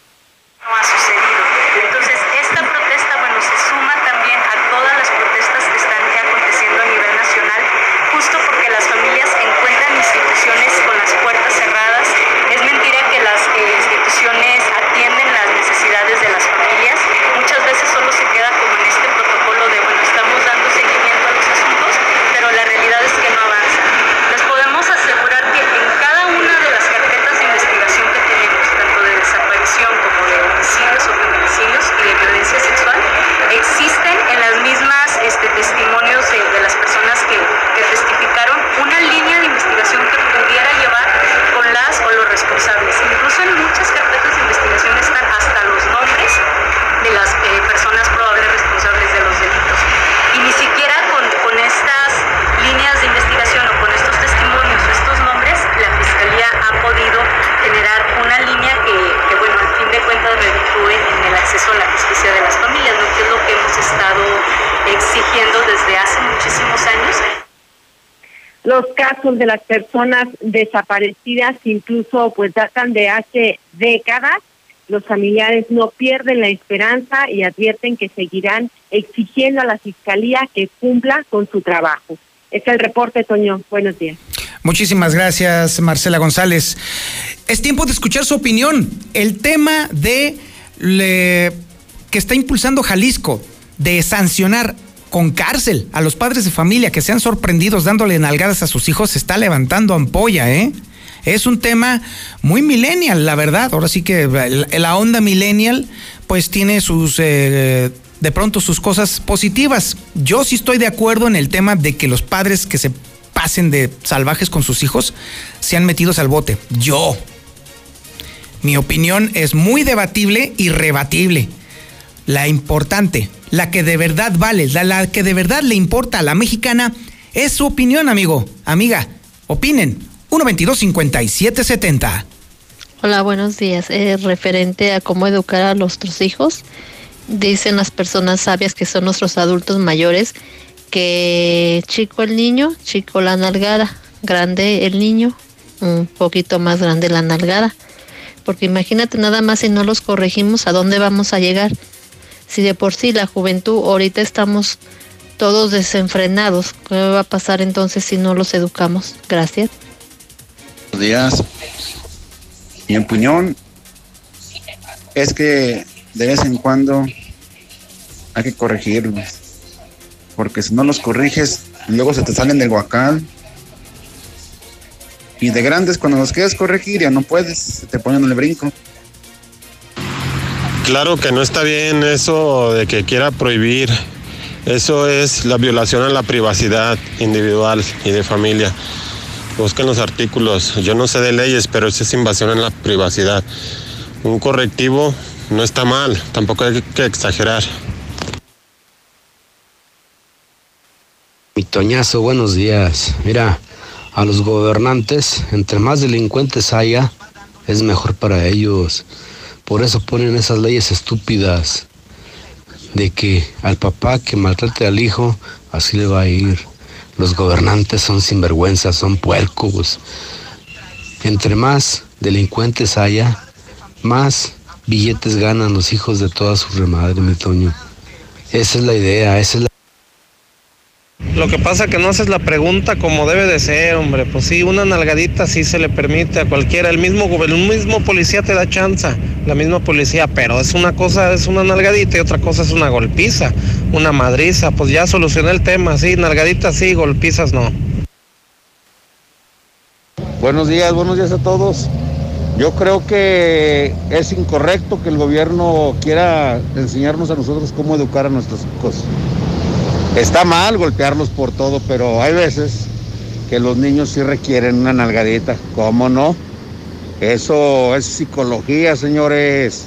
No ha sucedido. Entonces esta protesta, bueno, se suma también a todas las protestas que están aconteciendo a nivel nacional, justo porque las familias encuentran instituciones con las puertas cerradas. Es mentira que las instituciones atienden las necesidades de las familias. Muchas veces solo se queda como en este protocolo de, bueno, estamos dando seguimiento a los asuntos, pero la realidad es que no avanza. Les podemos asegurar que en cada una de las carpetas de investigación que tenemos, tanto de desaparición como de homicidios o feminicidios y de violencia sexual, existen en las mismas testimonios de las personas que testificaron una línea de investigación que pudiera llevar con las o los responsables. Incluso en muchas carpetas de investigación están hasta los nombres de las personas probables responsables de los delitos. Y ni siquiera con estas líneas de investigación o con estos testimonios o estos nombres, la Fiscalía ha podido generar una línea que bueno, al fin de cuentas reditúe en el acceso a la justicia de las familias, ¿no? Que es lo que hemos estado exigiendo desde hace muchísimos años. Los casos de las personas desaparecidas incluso pues datan de hace décadas. Los familiares no pierden la esperanza y advierten que seguirán exigiendo a la Fiscalía que cumpla con su trabajo. Es el reporte, Toño. Buenos días. Muchísimas gracias, Marcela González. Es tiempo de escuchar su opinión. El tema de que está impulsando Jalisco de sancionar con cárcel a los padres de familia que sean sorprendidos dándole nalgadas a sus hijos se está levantando ampolla, ¿eh? Es un tema muy millennial, la verdad. Ahora sí que la onda millennial pues tiene sus de pronto sus cosas positivas. Yo sí estoy de acuerdo en el tema de que los padres que se pasen de salvajes con sus hijos sean metidos al bote. Mi opinión es muy debatible y rebatible. La importante, la que de verdad vale, la que de verdad le importa a La Mexicana es su opinión, amigo, amiga. Opinen. 122-5770. Hola, buenos días. Referente a cómo educar a nuestros hijos, dicen las personas sabias que son nuestros adultos mayores que chico el niño, chico la nalgada, grande el niño, un poquito más grande la nalgada. Porque imagínate nada más si no los corregimos, ¿a dónde vamos a llegar? Si de por sí la juventud ahorita estamos todos desenfrenados, ¿qué va a pasar entonces si no los educamos? Gracias. Buenos días. Mi opinión es que de vez en cuando hay que corregirlos, porque si no los corriges, luego se te salen del huacal. Y de grandes, cuando los quieres corregir, ya no puedes, te ponen el brinco. Claro que no está bien eso de que quiera prohibir. Eso es la violación a la privacidad individual y de familia. Busquen los artículos. Yo no sé de leyes, pero eso es invasión en la privacidad. Un correctivo no está mal, tampoco hay que exagerar. Mi Toñazo, buenos días. Mira, a los gobernantes, entre más delincuentes haya, es mejor para ellos. Por eso ponen esas leyes estúpidas de que al papá que maltrate al hijo, así le va a ir. Los gobernantes son sinvergüenzas, son puercos. Entre más delincuentes haya, más billetes ganan los hijos de toda su remadre, mi Toño. Esa es la idea, esa es la... Lo que pasa que no haces la pregunta como debe de ser, hombre. Pues sí, una nalgadita sí se le permite a cualquiera. El mismo policía te da chance, la misma policía, pero es una cosa, es una nalgadita y otra cosa es una golpiza, una madriza. Pues ya solucioné el tema, sí, nalgaditas sí, golpizas no. Buenos días a todos. Yo creo que es incorrecto que el gobierno quiera enseñarnos a nosotros cómo educar a nuestros hijos. Está mal golpearlos por todo, pero hay veces que los niños sí requieren una nalgadita. ¿Cómo no? Eso es psicología, señores.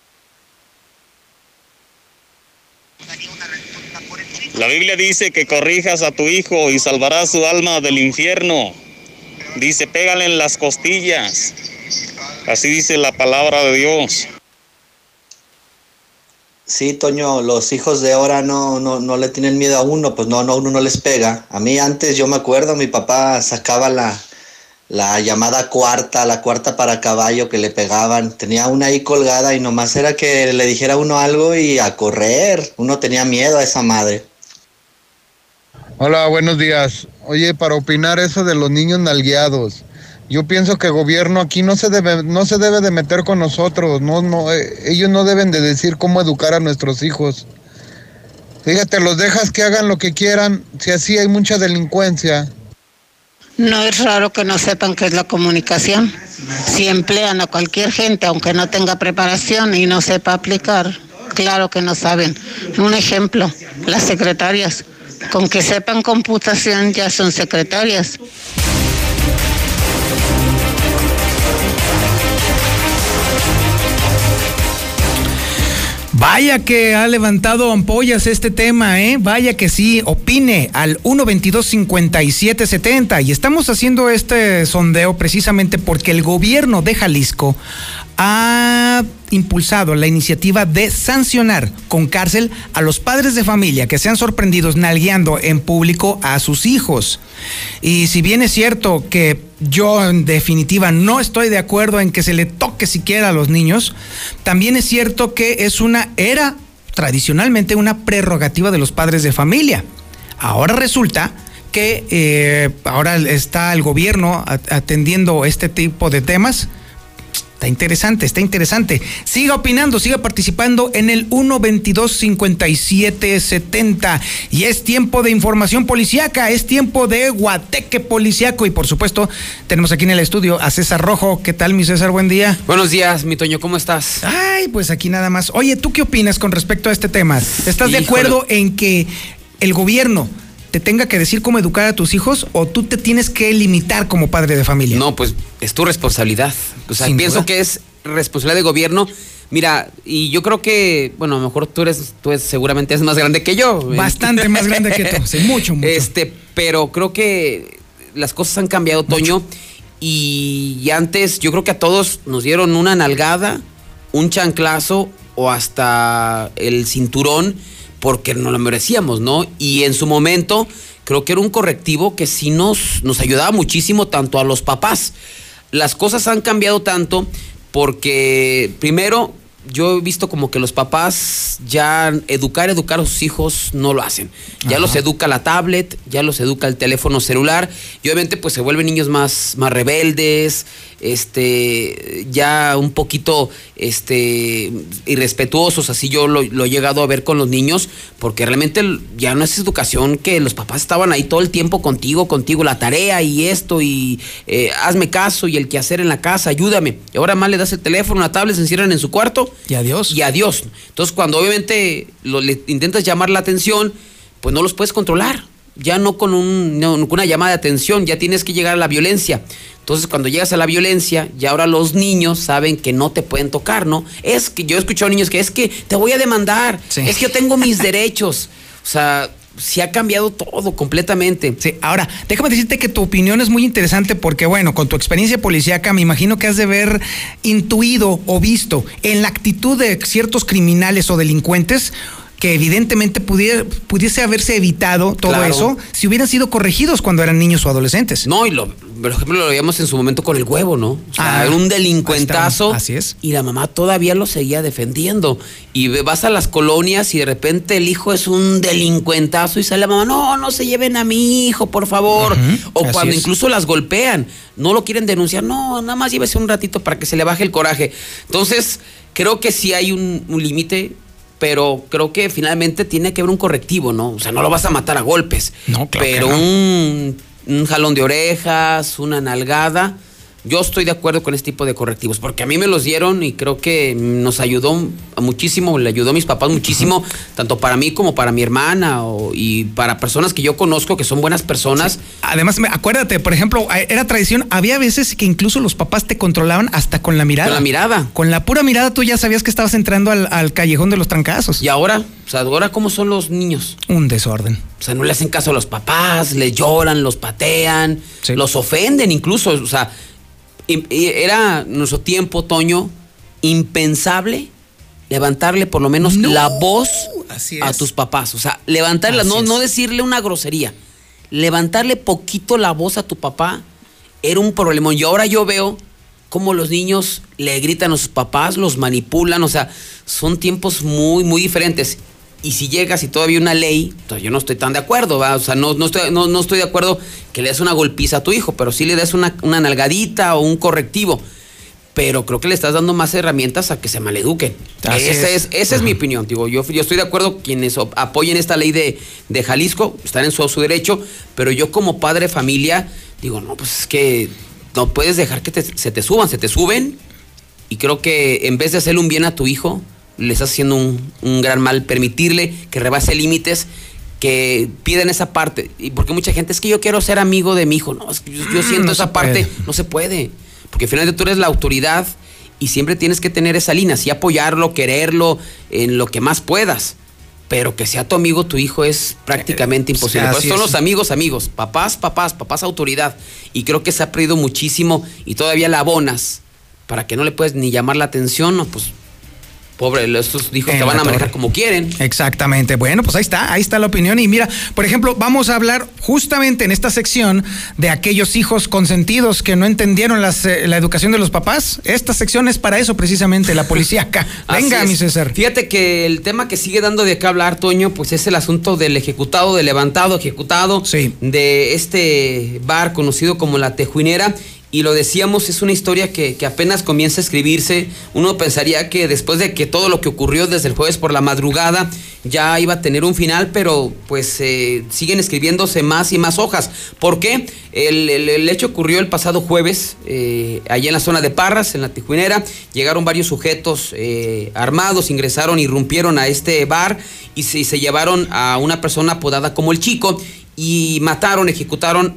La Biblia dice que corrijas a tu hijo y salvarás su alma del infierno. Dice, pégale en las costillas. Así dice la palabra de Dios. Sí, Toño, los hijos de ahora no le tienen miedo a uno, pues no, uno no les pega. A mí antes, yo me acuerdo, mi papá sacaba la llamada cuarta, la cuarta para caballo que le pegaban. Tenía una ahí colgada y nomás era que le dijera a uno algo y a correr. Uno tenía miedo a esa madre. Hola, buenos días. Oye, para opinar eso de los niños nalgueados, yo pienso que el gobierno aquí no se debe de meter con nosotros, ellos no deben de decir cómo educar a nuestros hijos. Fíjate, los dejas que hagan lo que quieran, si así hay mucha delincuencia. No es raro que no sepan qué es la comunicación. Si emplean a cualquier gente, aunque no tenga preparación y no sepa aplicar, claro que no saben. Un ejemplo, las secretarias, con que sepan computación ya son secretarias. Vaya que ha levantado ampollas este tema, ¿eh? Vaya que sí, opine al 122-5770. Y estamos haciendo este sondeo precisamente porque el gobierno de Jalisco ha impulsado la iniciativa de sancionar con cárcel a los padres de familia que sean sorprendidos nalgueando en público a sus hijos. Y si bien es cierto que yo en definitiva no estoy de acuerdo en que se le toque siquiera a los niños, también es cierto que era tradicionalmente una prerrogativa de los padres de familia. Ahora resulta que ahora está el gobierno atendiendo este tipo de temas. Está interesante. Siga opinando, siga participando en el 122-5770. Y es tiempo de información policíaca, es tiempo de guateque policíaco. Y por supuesto, tenemos aquí en el estudio a César Rojo. ¿Qué tal, mi César? Buen día. Buenos días, mi Toño, ¿cómo estás? Ay, pues aquí nada más. Oye, ¿tú qué opinas con respecto a este tema? ¿Estás de acuerdo en que el gobierno te tenga que decir cómo educar a tus hijos o tú te tienes que limitar como padre de familia? No, pues es tu responsabilidad. O sea, pienso que es responsabilidad del gobierno. Mira, y yo creo que, bueno, a lo mejor tú seguramente es más grande que yo. Bastante más grande que tú, sí, mucho. Pero creo que las cosas han cambiado, Toño, y antes yo creo que a todos nos dieron una nalgada, un chanclazo o hasta el cinturón, porque no lo merecíamos, ¿no? Y en su momento creo que era un correctivo que sí nos ayudaba muchísimo tanto a los papás. Las cosas han cambiado tanto porque primero yo he visto como que los papás ya educar a sus hijos no lo hacen. Ya los educa la tablet, ya los educa el teléfono celular y obviamente pues se vuelven niños más rebeldes, ya un poquito irrespetuosos, así yo lo he llegado a ver con los niños, porque realmente ya no es educación que los papás estaban ahí todo el tiempo contigo, la tarea y esto y hazme caso y el quehacer en la casa, ayúdame. Y ahora más le das el teléfono, la tablet, se encierran en su cuarto. Y adiós. Entonces cuando obviamente le intentas llamar la atención, pues no los puedes controlar. Ya no con una llamada de atención, ya tienes que llegar a la violencia. Entonces cuando llegas a la violencia, ya ahora los niños saben que no te pueden tocar, ¿no? Es que yo he escuchado niños que es que te voy a demandar, es que yo tengo mis derechos. O sea, sí ha cambiado todo completamente. Sí, ahora, déjame decirte que tu opinión es muy interesante porque, bueno, con tu experiencia policíaca me imagino que has de haber intuido o visto en la actitud de ciertos criminales o delincuentes que evidentemente pudiese haberse evitado todo eso si hubieran sido corregidos cuando eran niños o adolescentes. No, y por ejemplo lo veíamos en su momento con el Huevo, ¿no? O sea, era un delincuentazo. Así es. Y la mamá todavía lo seguía defendiendo. Y vas a las colonias y de repente el hijo es un delincuentazo y sale la mamá, no se lleven a mi hijo, por favor. O cuando incluso las golpean, no lo quieren denunciar, no, nada más llévese un ratito para que se le baje el coraje. Entonces, creo que sí hay un límite, pero creo que finalmente tiene que haber un correctivo, ¿no? O sea, no lo vas a matar a golpes. No, claro. Pero un jalón de orejas, una nalgada. Yo estoy de acuerdo con este tipo de correctivos, porque a mí me los dieron y creo que nos ayudó muchísimo, le ayudó a mis papás muchísimo, tanto para mí como para mi hermana y para personas que yo conozco que son buenas personas. Sí. Además, acuérdate, por ejemplo, era tradición, había veces que incluso los papás te controlaban hasta con la mirada. Con la mirada. Con la pura mirada tú ya sabías que estabas entrando al callejón de los trancazos. Y ahora, o sea, ahora ¿cómo son los niños? Un desorden. O sea, no le hacen caso a los papás, les lloran, los patean, los ofenden incluso, o sea, era nuestro tiempo, Toño, impensable levantarle por lo menos la voz a tus papás. O sea, levantarla, no decirle una grosería. Levantarle poquito la voz a tu papá era un problemón. Y ahora yo veo cómo los niños le gritan a sus papás, los manipulan. O sea, son tiempos muy, muy diferentes. Y si llegas y todavía una ley, pues yo no estoy tan de acuerdo, ¿va? O sea, no estoy de acuerdo que le des una golpiza a tu hijo, pero sí le des una nalgadita o un correctivo. Pero creo que le estás dando más herramientas a que se maleduquen. Esa es mi opinión. Digo, yo estoy de acuerdo, quienes apoyen esta ley de Jalisco, están en su derecho, pero yo como padre de familia, digo, no, pues es que no puedes dejar que se te suben, y creo que en vez de hacerle un bien a tu hijo, le estás haciendo un gran mal, permitirle que rebase límites, que piden esa parte. Y porque mucha gente, es que yo quiero ser amigo de mi hijo. No, es que yo siento esa parte, no se puede. Porque finalmente tú eres la autoridad y siempre tienes que tener esa línea, sí apoyarlo, quererlo, en lo que más puedas. Pero que sea tu amigo tu hijo es prácticamente imposible. Pues son los amigos, papás, autoridad. Y creo que se ha perdido muchísimo y todavía la abonas para que no le puedes ni llamar la atención, no, pues pobre, estos hijos te van a manejar como quieren. Exactamente. Bueno, pues ahí está la opinión. Y mira, por ejemplo, vamos a hablar justamente en esta sección de aquellos hijos consentidos que no entendieron la educación de los papás. Esta sección es para eso precisamente, la policíaca. Venga, mi César. Fíjate que el tema que sigue dando de qué hablar, Toño, pues es el asunto del ejecutado, del levantado, ejecutado, de este bar conocido como La Tejuinera. Y lo decíamos, es una historia que apenas comienza a escribirse. Uno pensaría que después de que todo lo que ocurrió desde el jueves por la madrugada ya iba a tener un final, pero pues siguen escribiéndose más y más hojas. ¿Por qué? El hecho ocurrió el pasado jueves, allá en la zona de Parras, en La Tejuinera. Llegaron varios sujetos armados, ingresaron, irrumpieron a este bar y se llevaron a una persona apodada como El Chico, y ejecutaron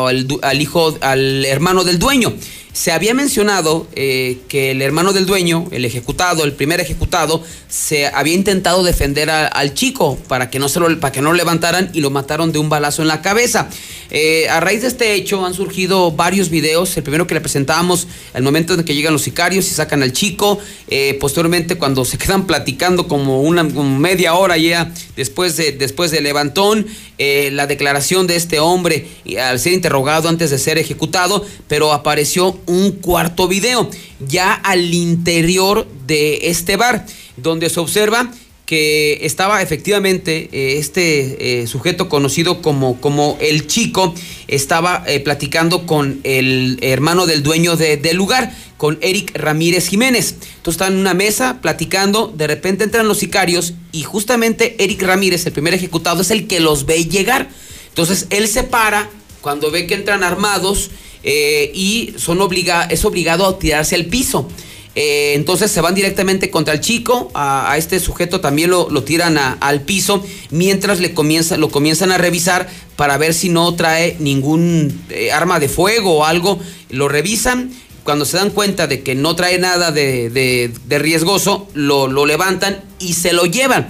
al hermano del dueño. Se había mencionado que el hermano del dueño, el primer ejecutado, se había intentado defender al chico para que no lo levantaran, y lo mataron de un balazo en la cabeza. A raíz de este hecho han surgido varios videos. El primero que le presentábamos, al momento en que llegan los sicarios y sacan al chico. Posteriormente, cuando se quedan platicando como media hora ya después del levantón, la declaración de este hombre al ser interrogado antes de ser ejecutado, pero apareció un cuarto video ya al interior de este bar, donde se observa que estaba efectivamente este sujeto conocido como El Chico, estaba platicando con el hermano del dueño del lugar, con Eric Ramírez Jiménez. Entonces están en una mesa platicando, de repente entran los sicarios y justamente Eric Ramírez, el primer ejecutado, es el que los ve llegar. Entonces él se para cuando ve que entran armados y es obligado a tirarse al piso. Entonces se van directamente contra el chico, a este sujeto también lo tiran al piso, mientras lo comienzan a revisar para ver si no trae ningún arma de fuego o algo. Lo revisan, cuando se dan cuenta de que no trae nada de riesgoso, lo levantan y se lo llevan.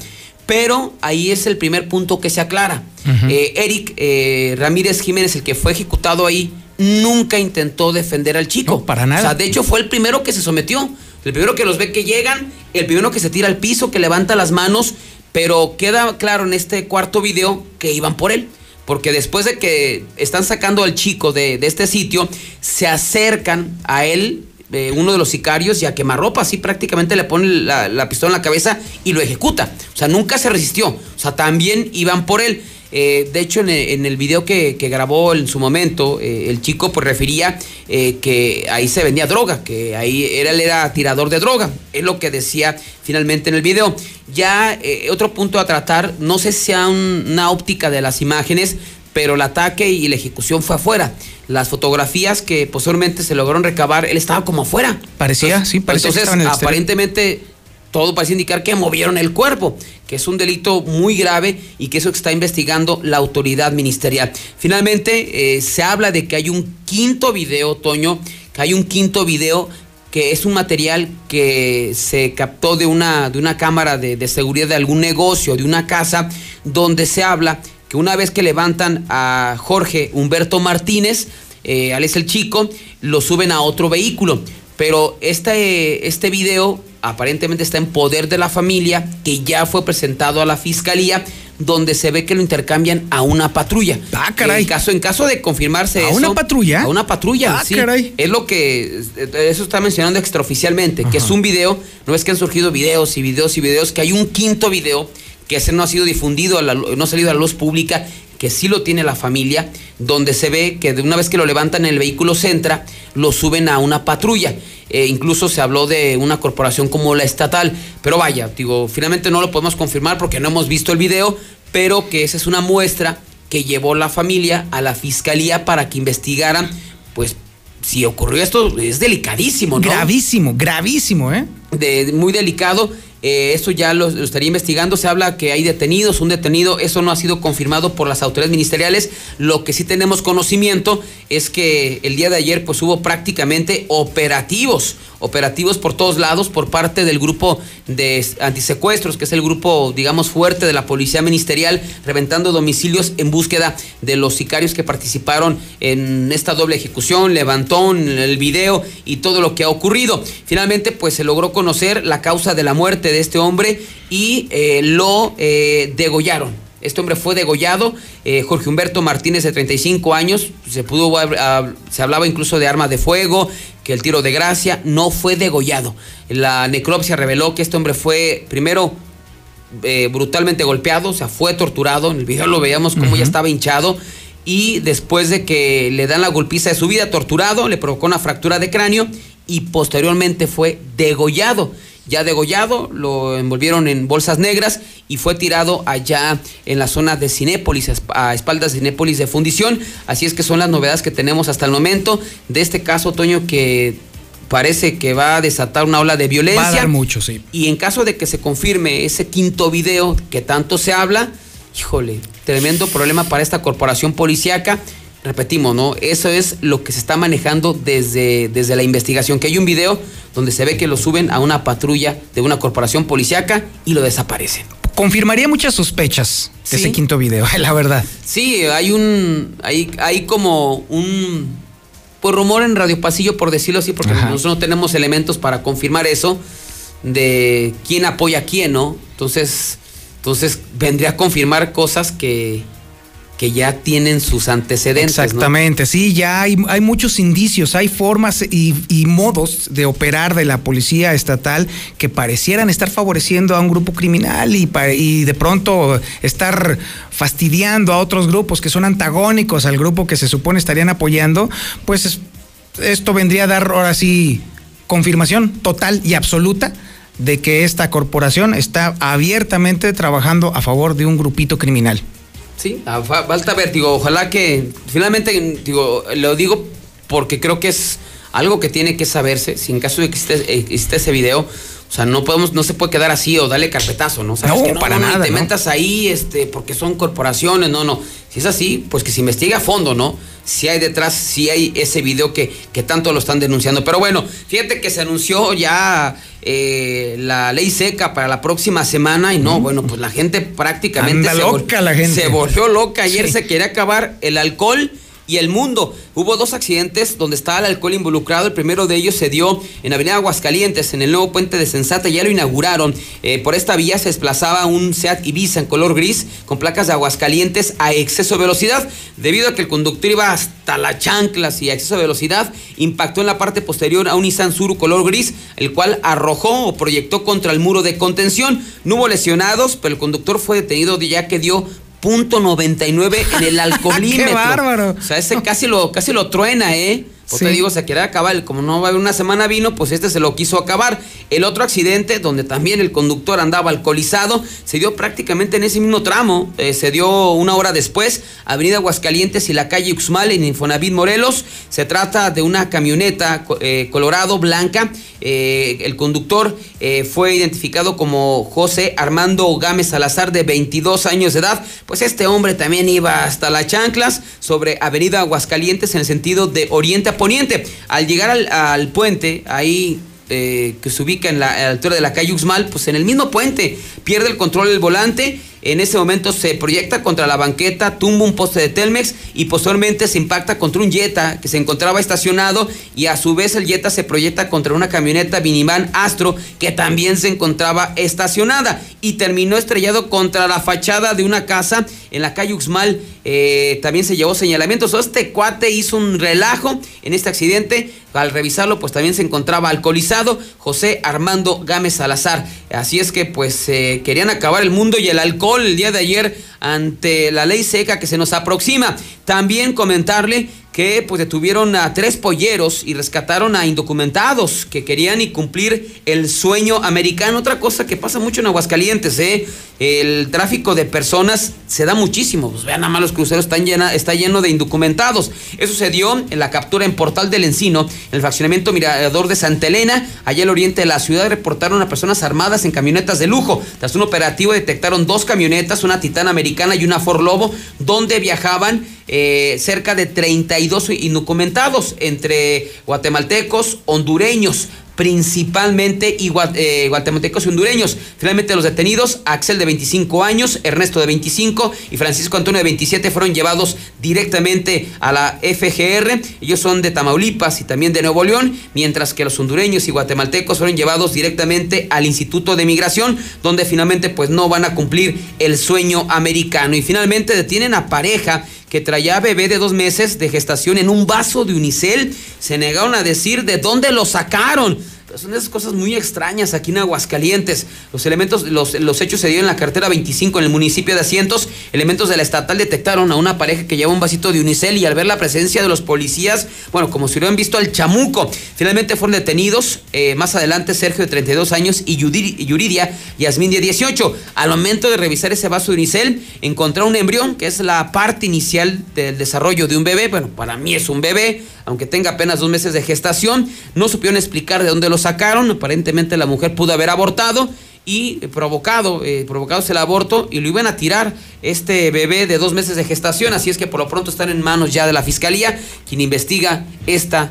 pero ahí es el primer punto que se aclara. Eric Ramírez Jiménez, el que fue ejecutado ahí, nunca intentó defender al chico. No, para nada. O sea, de hecho fue el primero que se sometió, el primero que los ve que llegan, el primero que se tira al piso, que levanta las manos, pero queda claro en este cuarto video que iban por él. Porque después de que están sacando al chico de este sitio, se acercan a él, uno de los sicarios, y a quemarropa, así prácticamente le pone la pistola en la cabeza y lo ejecuta. O sea, nunca se resistió. O sea, también iban por él. De hecho, en el video que grabó en su momento, el chico pues refería que ahí se vendía droga, que ahí él era tirador de droga. Es lo que decía finalmente en el video. Ya otro punto a tratar, no sé si sea una óptica de las imágenes, pero el ataque y la ejecución fue afuera. Las fotografías que posteriormente se lograron recabar, él estaba como afuera. Parecía, entonces, sí, parecía que estaba en el exterior. Aparentemente todo parece indicar que movieron el cuerpo, que es un delito muy grave y que eso está investigando la autoridad ministerial. Finalmente, se habla de que hay un quinto video, Toño, que es un material que se captó de una cámara de seguridad de algún negocio, de una casa, donde se habla que una vez que levantan a Jorge Humberto Martínez, Alex el Chico, lo suben a otro vehículo. Pero este video aparentemente está en poder de la familia, que ya fue presentado a la fiscalía, donde se ve que lo intercambian a una patrulla. Ah, caray. En caso de confirmarse ¿A eso... una patrulla? A una patrulla, ah, sí. Caray. Es lo que... Eso está mencionando extraoficialmente, que es un video, no es que han surgido videos, que hay un quinto video que ese no ha sido difundido, no ha salido a la luz pública, que sí lo tiene la familia, donde se ve que de una vez que lo levantan en el vehículo Centra, lo suben a una patrulla. Incluso se habló de una corporación como la estatal, pero vaya, finalmente no lo podemos confirmar porque no hemos visto el video, pero que esa es una muestra que llevó la familia a la fiscalía para que investigaran, pues, si ocurrió esto. Es delicadísimo, ¿no? Gravísimo, Muy delicado. Esto ya lo estaría investigando. Se habla que hay detenidos, un detenido. Eso no ha sido confirmado por las autoridades ministeriales. Lo que sí tenemos conocimiento es que el día de ayer pues hubo prácticamente operativos por todos lados por parte del grupo de antisecuestros, que es el grupo, digamos, fuerte de la policía ministerial, reventando domicilios en búsqueda de los sicarios que participaron en esta doble ejecución, levantón, el video y todo lo que ha ocurrido. Finalmente pues se logró conocer la causa de la muerte de este hombre y lo degollaron. Este hombre fue degollado, Jorge Humberto Martínez, de 35 años, se hablaba incluso de arma de fuego, que el tiro de gracia. No fue degollado. La necropsia reveló que este hombre fue primero brutalmente golpeado, o sea, fue torturado. En el video lo veíamos como ya estaba hinchado, y después de que le dan la golpiza de su vida, torturado, le provocó una fractura de cráneo y posteriormente fue degollado. Ya degollado, lo envolvieron en bolsas negras y fue tirado allá en la zona de Cinépolis, a espaldas de Cinépolis de Fundición. Así es que son las novedades que tenemos hasta el momento de este caso, Toño, que parece que va a desatar una ola de violencia. Va a dar mucho, sí. Y en caso de que se confirme ese quinto video que tanto se habla, híjole, tremendo problema para esta corporación policíaca. Repetimos, ¿no? Eso es lo que se está manejando desde la investigación, que hay un video donde se ve que lo suben a una patrulla de una corporación policíaca y lo desaparecen. Confirmaría muchas sospechas ese quinto video, la verdad. Sí, hay como un pues rumor en Radio Pasillo, por decirlo así, porque nosotros no tenemos elementos para confirmar eso, de quién apoya a quién, ¿no? Entonces vendría a confirmar cosas que ya tienen sus antecedentes. Exactamente, ¿no? Sí, ya hay muchos indicios, hay formas y modos de operar de la policía estatal que parecieran estar favoreciendo a un grupo criminal y de pronto estar fastidiando a otros grupos que son antagónicos al grupo que se supone estarían apoyando. Pues esto vendría a dar ahora sí confirmación total y absoluta de que esta corporación está abiertamente trabajando a favor de un grupito criminal. Sí, falta ver, ojalá que finalmente, lo digo porque creo que es algo que tiene que saberse, si en caso de que existe ese video, o O sea, no se puede quedar así o darle carpetazo, ¿no? ¿Sabes? No, que para nada, te ¿no? metas ahí, porque son corporaciones, no. Si es así, pues que se investigue a fondo, ¿no? Si hay detrás, si hay ese video que tanto lo están denunciando. Pero bueno, fíjate que se anunció ya la ley seca para la próxima semana y no, bueno, pues la gente prácticamente se volvió loca. Ayer se quería acabar el alcohol y el mundo. Hubo 2 accidentes donde estaba el alcohol involucrado. El primero de ellos se dio en Avenida Aguascalientes, en el nuevo puente de Sensata. Ya lo inauguraron. Por esta vía se desplazaba un Seat Ibiza en color gris con placas de Aguascalientes a exceso de velocidad. Debido a que el conductor iba hasta las chanclas y a exceso de velocidad, impactó en la parte posterior a un Nissan Suru color gris, el cual arrojó o proyectó contra el muro de contención. No hubo lesionados, pero el conductor fue detenido ya que dio .99 en el alcoholímetro. ¡Qué bárbaro! O sea, ese casi lo truena, ¿eh? O Sí. te digo, se quería acabar, como no va a haber una semana vino, pues se lo quiso acabar. El otro accidente, donde también el conductor andaba alcoholizado, se dio prácticamente en ese mismo tramo, se dio una hora después, Avenida Aguascalientes y la calle Uxmal en Infonavit Morelos. Se trata de una camioneta colorado blanca. El conductor fue identificado como José Armando Gámez Salazar, de 22 años de edad. Pues este hombre también iba hasta las chanclas sobre Avenida Aguascalientes en el sentido de oriente a poniente. Al llegar al puente, ahí que se ubica a la altura de la calle Uxmal, pues en el mismo puente pierde el control del volante. En ese momento se proyecta contra la banqueta, tumba un poste de Telmex y posteriormente se impacta contra un Jetta que se encontraba estacionado, y a su vez el Jetta se proyecta contra una camioneta minivan Astro que también se encontraba estacionada y terminó estrellado contra la fachada de una casa en la calle Uxmal. También se llevó señalamientos. Este cuate hizo un relajo en este accidente. Al revisarlo, pues también se encontraba alcoholizado José Armando Gámez Salazar. Así es que pues querían acabar el mundo y el alcohol el día de ayer ante la ley seca que se nos aproxima. También comentarle que pues detuvieron a 3 polleros y rescataron a indocumentados que querían cumplir el sueño americano. Otra cosa que pasa mucho en Aguascalientes, el tráfico de personas se da muchísimo. Pues vean, nada más los cruceros está lleno de indocumentados. Eso se dio en la captura en Portal del Encino, en el fraccionamiento Mirador de Santa Elena, allá al oriente de la ciudad. Reportaron a personas armadas en camionetas de lujo. Tras un operativo detectaron 2 camionetas, una Titán americana y una Ford Lobo, donde viajaban cerca de 32 indocumentados, entre guatemaltecos, hondureños, principalmente guatemaltecos y hondureños. Finalmente los detenidos, Axel de 25 años, Ernesto de 25 y Francisco Antonio de 27, fueron llevados directamente a la FGR. Ellos son de Tamaulipas y también de Nuevo León, mientras que los hondureños y guatemaltecos fueron llevados directamente al Instituto de Migración, donde finalmente pues no van a cumplir el sueño americano. Y finalmente detienen a pareja que traía bebé de 2 meses de gestación en un vaso de unicel. Se negaron a decir de dónde lo sacaron. Son esas cosas muy extrañas aquí en Aguascalientes. Los hechos se dieron en la carretera 25 en el municipio de Asientos. Elementos de la estatal detectaron a una pareja que lleva un vasito de unicel, y al ver la presencia de los policías, bueno, como si hubieran visto al chamuco, finalmente fueron detenidos. Más adelante Sergio, de 32 años, y Yuridia Yasmín, de 18. Al momento de revisar ese vaso de unicel, encontraron un embrión, que es la parte inicial del desarrollo de un bebé. Bueno, para mí es un bebé, aunque tenga apenas 2 meses de gestación. No supieron explicar de dónde lo sacaron. Aparentemente la mujer pudo haber abortado y provocado el aborto, y lo iban a tirar este bebé de 2 meses de gestación. Así es que por lo pronto están en manos ya de la fiscalía, quien investiga esta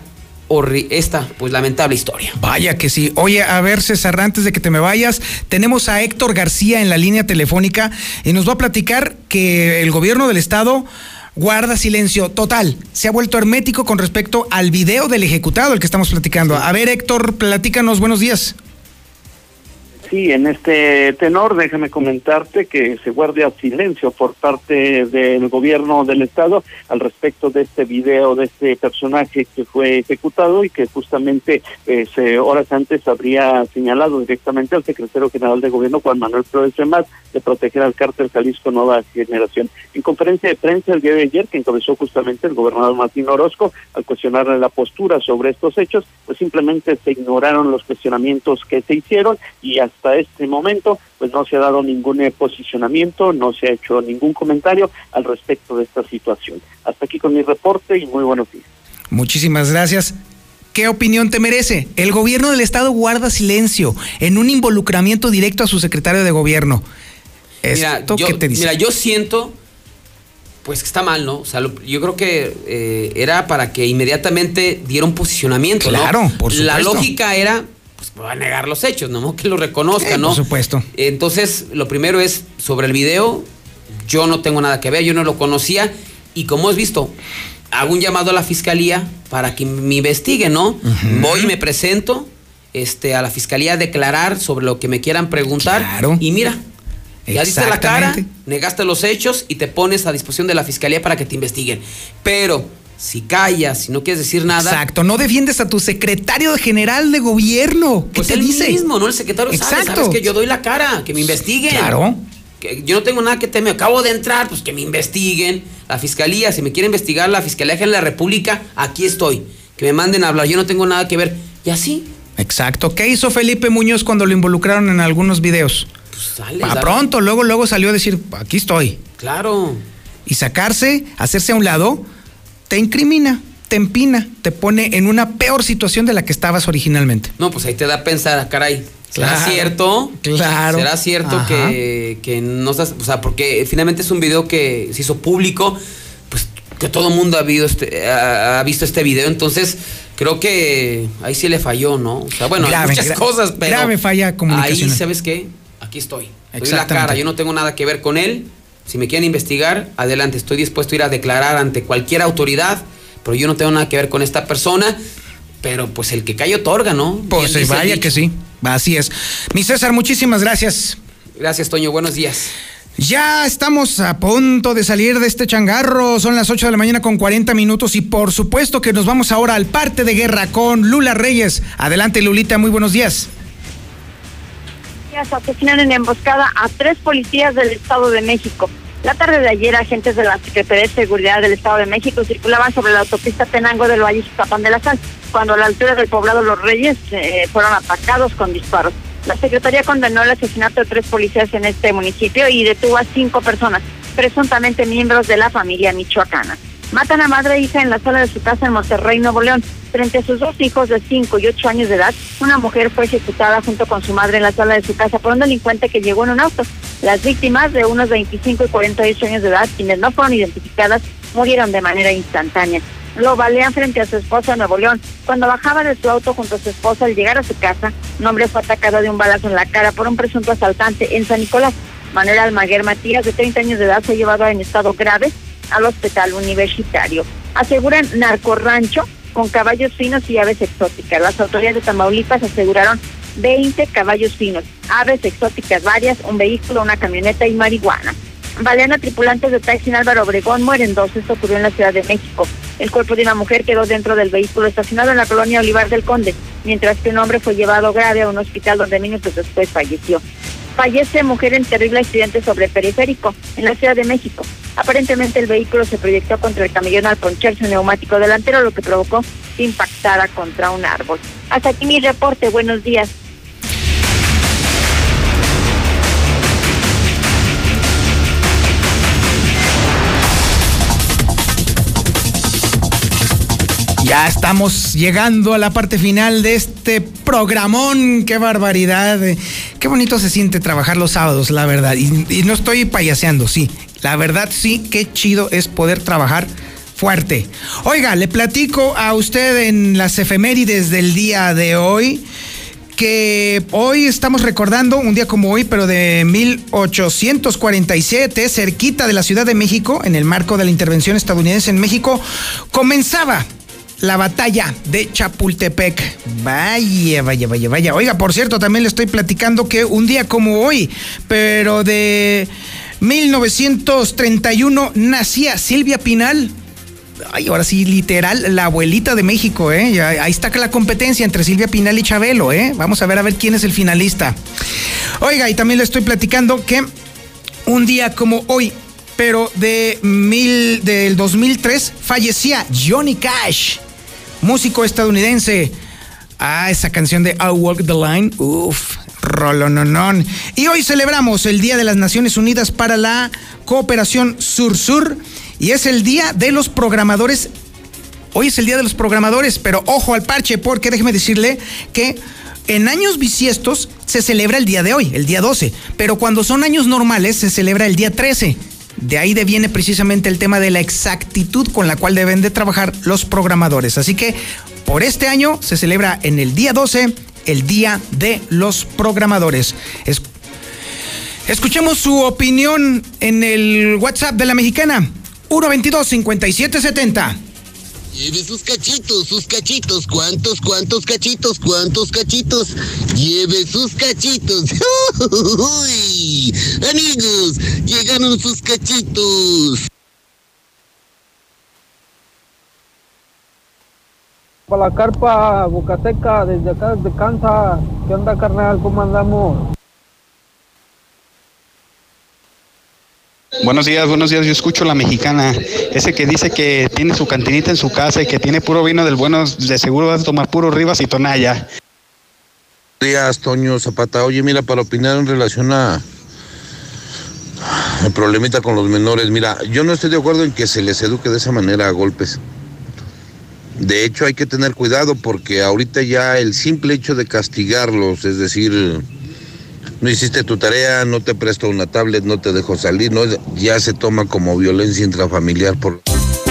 pues lamentable historia. Vaya que sí. Oye, a ver, César, antes de que te me vayas, tenemos a Héctor García en la línea telefónica y nos va a platicar que el gobierno del estado guarda silencio total. Se ha vuelto hermético con respecto al video del ejecutado, el que estamos platicando. A ver, Héctor, platícanos, buenos días. Sí, en este tenor, déjame comentarte que se guarda silencio por parte del gobierno del estado al respecto de este video de este personaje que fue ejecutado, y que justamente horas antes habría señalado directamente al secretario general de gobierno, Juan Manuel Flores Remat, de proteger al cártel Jalisco Nueva Generación. En conferencia de prensa el día de ayer, que encabezó justamente el gobernador Martín Orozco, al cuestionarle la postura sobre estos hechos, pues simplemente se ignoraron los cuestionamientos que se hicieron, y hasta este momento pues no se ha dado ningún posicionamiento, no se ha hecho ningún comentario al respecto de esta situación. Hasta aquí con mi reporte y muy buenos días. Muchísimas gracias. ¿qué opinión te merece? El gobierno del estado guarda silencio en un involucramiento directo a su secretario de gobierno. ¿Qué te dice? Mira, yo siento pues que está mal, ¿no? O sea, yo creo que era para que inmediatamente diera un posicionamiento, claro, ¿no? Por supuesto. La lógica era, pues va a negar los hechos, ¿no? Que lo reconozca, ¿no? Por supuesto. Entonces, lo primero es, sobre el video, yo no tengo nada que ver, yo no lo conocía, y como has visto, hago un llamado a la fiscalía para que me investigue, ¿no? Uh-huh. Voy y me presento a la fiscalía a declarar sobre lo que me quieran preguntar. Claro. Y mira, ya diste la cara, negaste los hechos y te pones a disposición de la fiscalía para que te investiguen. Pero si callas, si no quieres decir nada... Exacto, no defiendes a tu secretario general de gobierno. ¿Qué pues te él dice? Mismo, ¿no? El secretario sabe, ¿sabes? Que yo doy la cara, que me investiguen. Claro. Que yo no tengo nada que temer, acabo de entrar, pues que me investiguen. La fiscalía, si me quiere investigar la Fiscalía General de la República, aquí estoy. Que me manden a hablar, yo no tengo nada que ver. Y así. Exacto. ¿Qué hizo Felipe Muñoz cuando lo involucraron en algunos videos? Pues pronto, luego salió a decir, aquí estoy. Claro. Y hacerse a un lado, te incrimina, te empina, te pone en una peor situación de la que estabas originalmente. No, pues ahí te da a pensar, caray, ¿será cierto? Claro. ¿Será cierto que no estás, o sea, porque finalmente es un video que se hizo público, pues que todo el mundo ha visto este video, entonces creo que ahí sí le falló, ¿no? O sea, bueno, hay muchas cosas, pero grave falla comunicacional. Ahí, ¿sabes qué? Aquí estoy. Doy la cara, yo no tengo nada que ver con él. Si me quieren investigar, adelante, estoy dispuesto a ir a declarar ante cualquier autoridad, pero yo no tengo nada que ver con esta persona. Pero pues el que cae otorga, ¿no? Pues vaya que sí, así es. Mi César, muchísimas gracias. Gracias, Toño, buenos días. Ya estamos a punto de salir de este changarro, son las 8 de la mañana con 40 minutos y por supuesto que nos vamos ahora al parte de guerra con Lula Reyes. Adelante, Lulita, muy buenos días. Asesinan en emboscada a 3 policías del Estado de México. La tarde de ayer, agentes de la Secretaría de Seguridad del Estado de México circulaban sobre la autopista Tenango del Valle Ixtapan de la Sal, cuando a la altura del poblado Los Reyes fueron atacados con disparos. La Secretaría condenó el asesinato de 3 policías en este municipio y detuvo a 5 personas, presuntamente miembros de la familia michoacana. Matan a madre e hija en la sala de su casa en Monterrey, Nuevo León. Frente a sus 2 hijos de 5 y 8 años de edad, una mujer fue ejecutada junto con su madre en la sala de su casa por un delincuente que llegó en un auto. Las víctimas, de unos 25 y 48 años de edad, quienes no fueron identificadas, murieron de manera instantánea. Lo balean frente a su esposa en Nuevo León. Cuando bajaba de su auto junto a su esposa, al llegar a su casa, un hombre fue atacado de un balazo en la cara por un presunto asaltante en San Nicolás. Manuel Almaguer Matías, de 30 años de edad, fue llevado en estado grave al hospital universitario. Aseguran narcorrancho con caballos finos y aves exóticas. Las autoridades de Tamaulipas aseguraron 20 caballos finos, aves exóticas varias, un vehículo, una camioneta y marihuana. Balean a tripulantes de taxi en Álvaro Obregón, mueren 2. Esto ocurrió en la Ciudad de México. El cuerpo de una mujer quedó dentro del vehículo estacionado en la colonia Olivar del Conde, mientras que un hombre fue llevado grave a un hospital donde minutos después falleció. Fallece mujer en terrible accidente sobre periférico en la Ciudad de México. Aparentemente el vehículo se proyectó contra el camellón al poncharse un neumático delantero, lo que provocó que impactara contra un árbol. Hasta aquí mi reporte. Buenos días. Ya estamos llegando a la parte final de este programón. ¡Qué barbaridad! Qué bonito se siente trabajar los sábados, la verdad. Y no estoy payaseando, sí. La verdad, sí, qué chido es poder trabajar fuerte. Oiga, le platico a usted en las efemérides del día de hoy que hoy estamos recordando un día como hoy, pero de 1847, cerquita de la Ciudad de México, en el marco de la intervención estadounidense en México, comenzaba la batalla de Chapultepec. Vaya. Oiga, por cierto, también le estoy platicando que un día como hoy, pero de 1931, nacía Silvia Pinal. Ay, ahora sí, literal, la abuelita de México, ¿eh? Ahí está la competencia entre Silvia Pinal y Chabelo, ¿eh? Vamos a ver quién es el finalista. Oiga, y también le estoy platicando que un día como hoy, pero del 2003, fallecía Johnny Cash, músico estadounidense. Esa canción de I Walk the Line, rolononón. Y hoy celebramos el Día de las Naciones Unidas para la Cooperación Sur-Sur, y es el Día de los Programadores hoy es el Día de los Programadores, pero ojo al parche, porque déjeme decirle que en años bisiestos se celebra el día de hoy, el día 12, pero cuando son años normales se celebra el día 13. De ahí deviene precisamente el tema de la exactitud con la cual deben de trabajar los programadores. Así que por este año se celebra en el día 12 el Día de los Programadores. Escuchemos su opinión en el WhatsApp de La Mexicana, 122-5770. Lleve sus cachitos, ¿cuántos cachitos? Lleve sus cachitos. ¡Uy! Amigos, llegaron sus cachitos. Para la carpa Bocateca, desde acá, desde Kansas. ¿Qué onda, carnal? ¿Cómo andamos? Buenos días, yo escucho La Mexicana, ese que dice que tiene su cantinita en su casa y que tiene puro vino del bueno, de seguro vas a tomar puro Rivas y Tonalla. Buenos días, Toño Zapata. Oye, mira, para opinar en relación a el problemita con los menores, mira, yo no estoy de acuerdo en que se les eduque de esa manera a golpes. De hecho, hay que tener cuidado porque ahorita ya el simple hecho de castigarlos, es decir, no hiciste tu tarea, no te presto una tablet, no te dejo salir, no, ya se toma como violencia intrafamiliar por...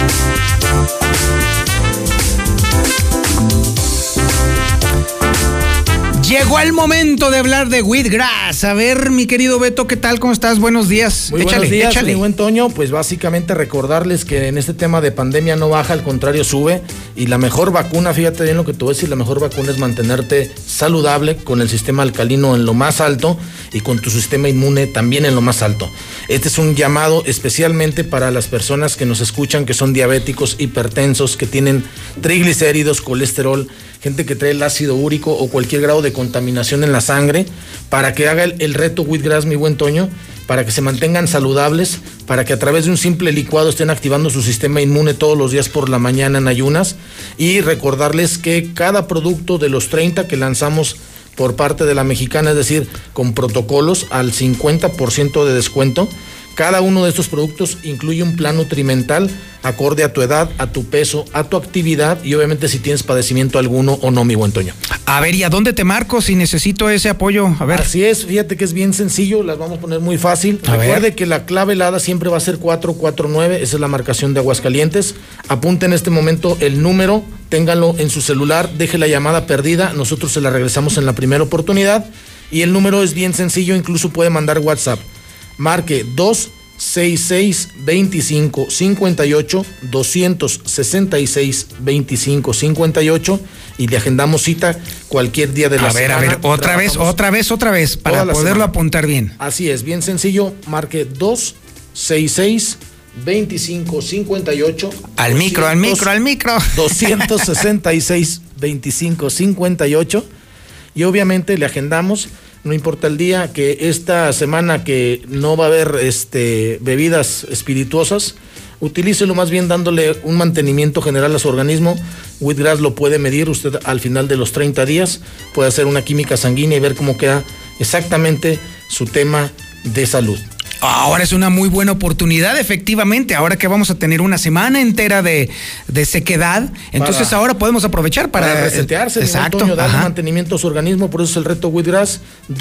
Llegó el momento de hablar de Wheatgrass. A ver, mi querido Beto, ¿qué tal? ¿Cómo estás? Buenos días. Muy buenos días, mi buen Toño. Pues básicamente recordarles que en este tema de pandemia no baja, al contrario sube. Y la mejor vacuna, fíjate bien lo que te voy a decir, la mejor vacuna es mantenerte saludable con el sistema alcalino en lo más alto y con tu sistema inmune también en lo más alto. Este es un llamado especialmente para las personas que nos escuchan, que son diabéticos, hipertensos, que tienen triglicéridos, colesterol, gente que trae el ácido úrico o cualquier grado de contaminación en la sangre, para que haga el reto Wheatgrass, mi buen Toño, para que se mantengan saludables, para que a través de un simple licuado estén activando su sistema inmune todos los días por la mañana en ayunas, y recordarles que cada producto de los 30 que lanzamos por parte de La Mexicana, es decir, con protocolos al 50% de descuento, cada uno de estos productos incluye un plan nutrimental acorde a tu edad, a tu peso, a tu actividad y obviamente si tienes padecimiento alguno o no, mi buen Toño. A ver, ¿y a dónde te marco si necesito ese apoyo? A ver. Así es, fíjate que es bien sencillo, las vamos a poner muy fácil. Recuerde que la clave helada siempre va a ser 449, esa es la marcación de Aguascalientes. Apunte en este momento el número, ténganlo en su celular, deje la llamada perdida, nosotros se la regresamos en la primera oportunidad. Y el número es bien sencillo, incluso puede mandar WhatsApp. Marque 266-2558, 266-2558 y le agendamos cita cualquier día de la semana. A ver, otra vez, para poderlo apuntar bien. Así es, bien sencillo, marque 266-2558. Al micro. 266-2558 y obviamente le agendamos. No importa el día, que esta semana que no va a haber bebidas espirituosas, utilícelo más bien dándole un mantenimiento general a su organismo. Wheatgrass lo puede medir usted al final de los 30 días, puede hacer una química sanguínea y ver cómo queda exactamente su tema de salud. Ahora es una muy buena oportunidad, efectivamente, ahora que vamos a tener una semana entera de sequedad, entonces ahora podemos aprovechar para resetearse, exacto, Antonio, darle mantenimiento a su organismo, por eso es el reto Wheatgrass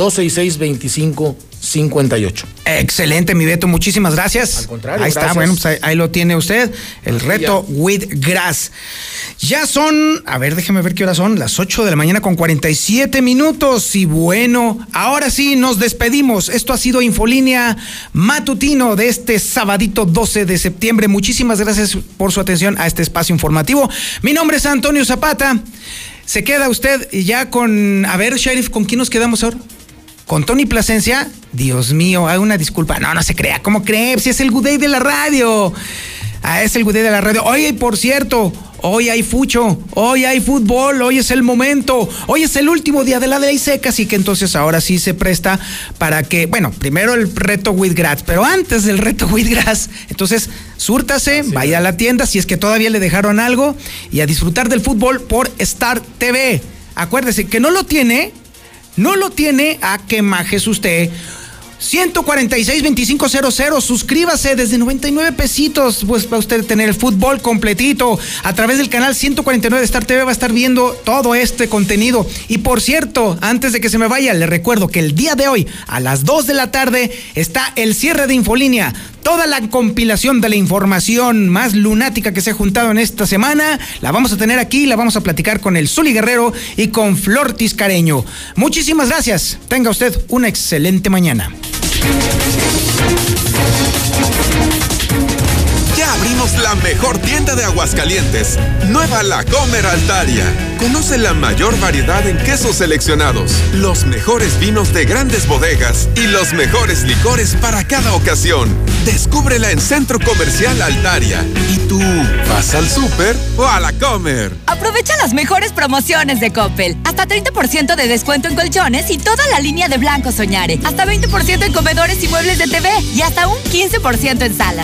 266-2558. Excelente, mi Beto, muchísimas gracias. Al contrario, ahí gracias. Está, bueno, pues ahí lo tiene usted, el reto Wheatgrass. Ya son, a ver, déjeme ver qué horas son, las 8 de la mañana con 47 minutos y bueno, ahora sí nos despedimos. Esto ha sido Infolínea matutino de este sabadito 12 de septiembre. Muchísimas gracias por su atención a este espacio informativo. Mi nombre es Antonio Zapata. Se queda usted ya con, a ver, Sheriff, ¿con quién nos quedamos ahora? ¿Con Tony Plasencia? Dios mío, hay una disculpa. No se crea, ¿cómo cree? Si es el Good Day de la radio. Es el Good Day de la radio. Oye, y por cierto, hoy hay fucho, hoy hay fútbol, hoy es el momento, hoy es el último día de la ley seca, así que entonces ahora sí se presta para que, bueno, primero el reto Wheatgrass, pero antes del reto Wheatgrass, entonces súrtase, vaya a la tienda si es que todavía le dejaron algo y a disfrutar del fútbol por Star TV. Acuérdese que no lo tiene, a que majes usted. 146-2500, suscríbase desde 99 pesitos, pues va a usted tener el fútbol completito. A través del canal 149 de Star TV va a estar viendo todo este contenido. Y por cierto, antes de que se me vaya, le recuerdo que el día de hoy, a las 2 de la tarde, está el cierre de Infolínea. Toda la compilación de la información más lunática que se ha juntado en esta semana, la vamos a tener aquí, la vamos a platicar con el Zuli Guerrero y con Flor Tiscareño. Muchísimas gracias, tenga usted una excelente mañana. Ya abrimos la mejor tienda de Aguascalientes, Nueva La Comer Altaria. Conoce la mayor variedad en quesos seleccionados, los mejores vinos de grandes bodegas y los mejores licores para cada ocasión. Descúbrela en Centro Comercial Altaria. ¿Y tú, vas al súper o a La Comer? Aprovecha las mejores promociones de Coppel. Hasta 30% de descuento en colchones y toda la línea de Blanco Soñare. Hasta 20% en comedores y muebles de TV y hasta un 15% en salas.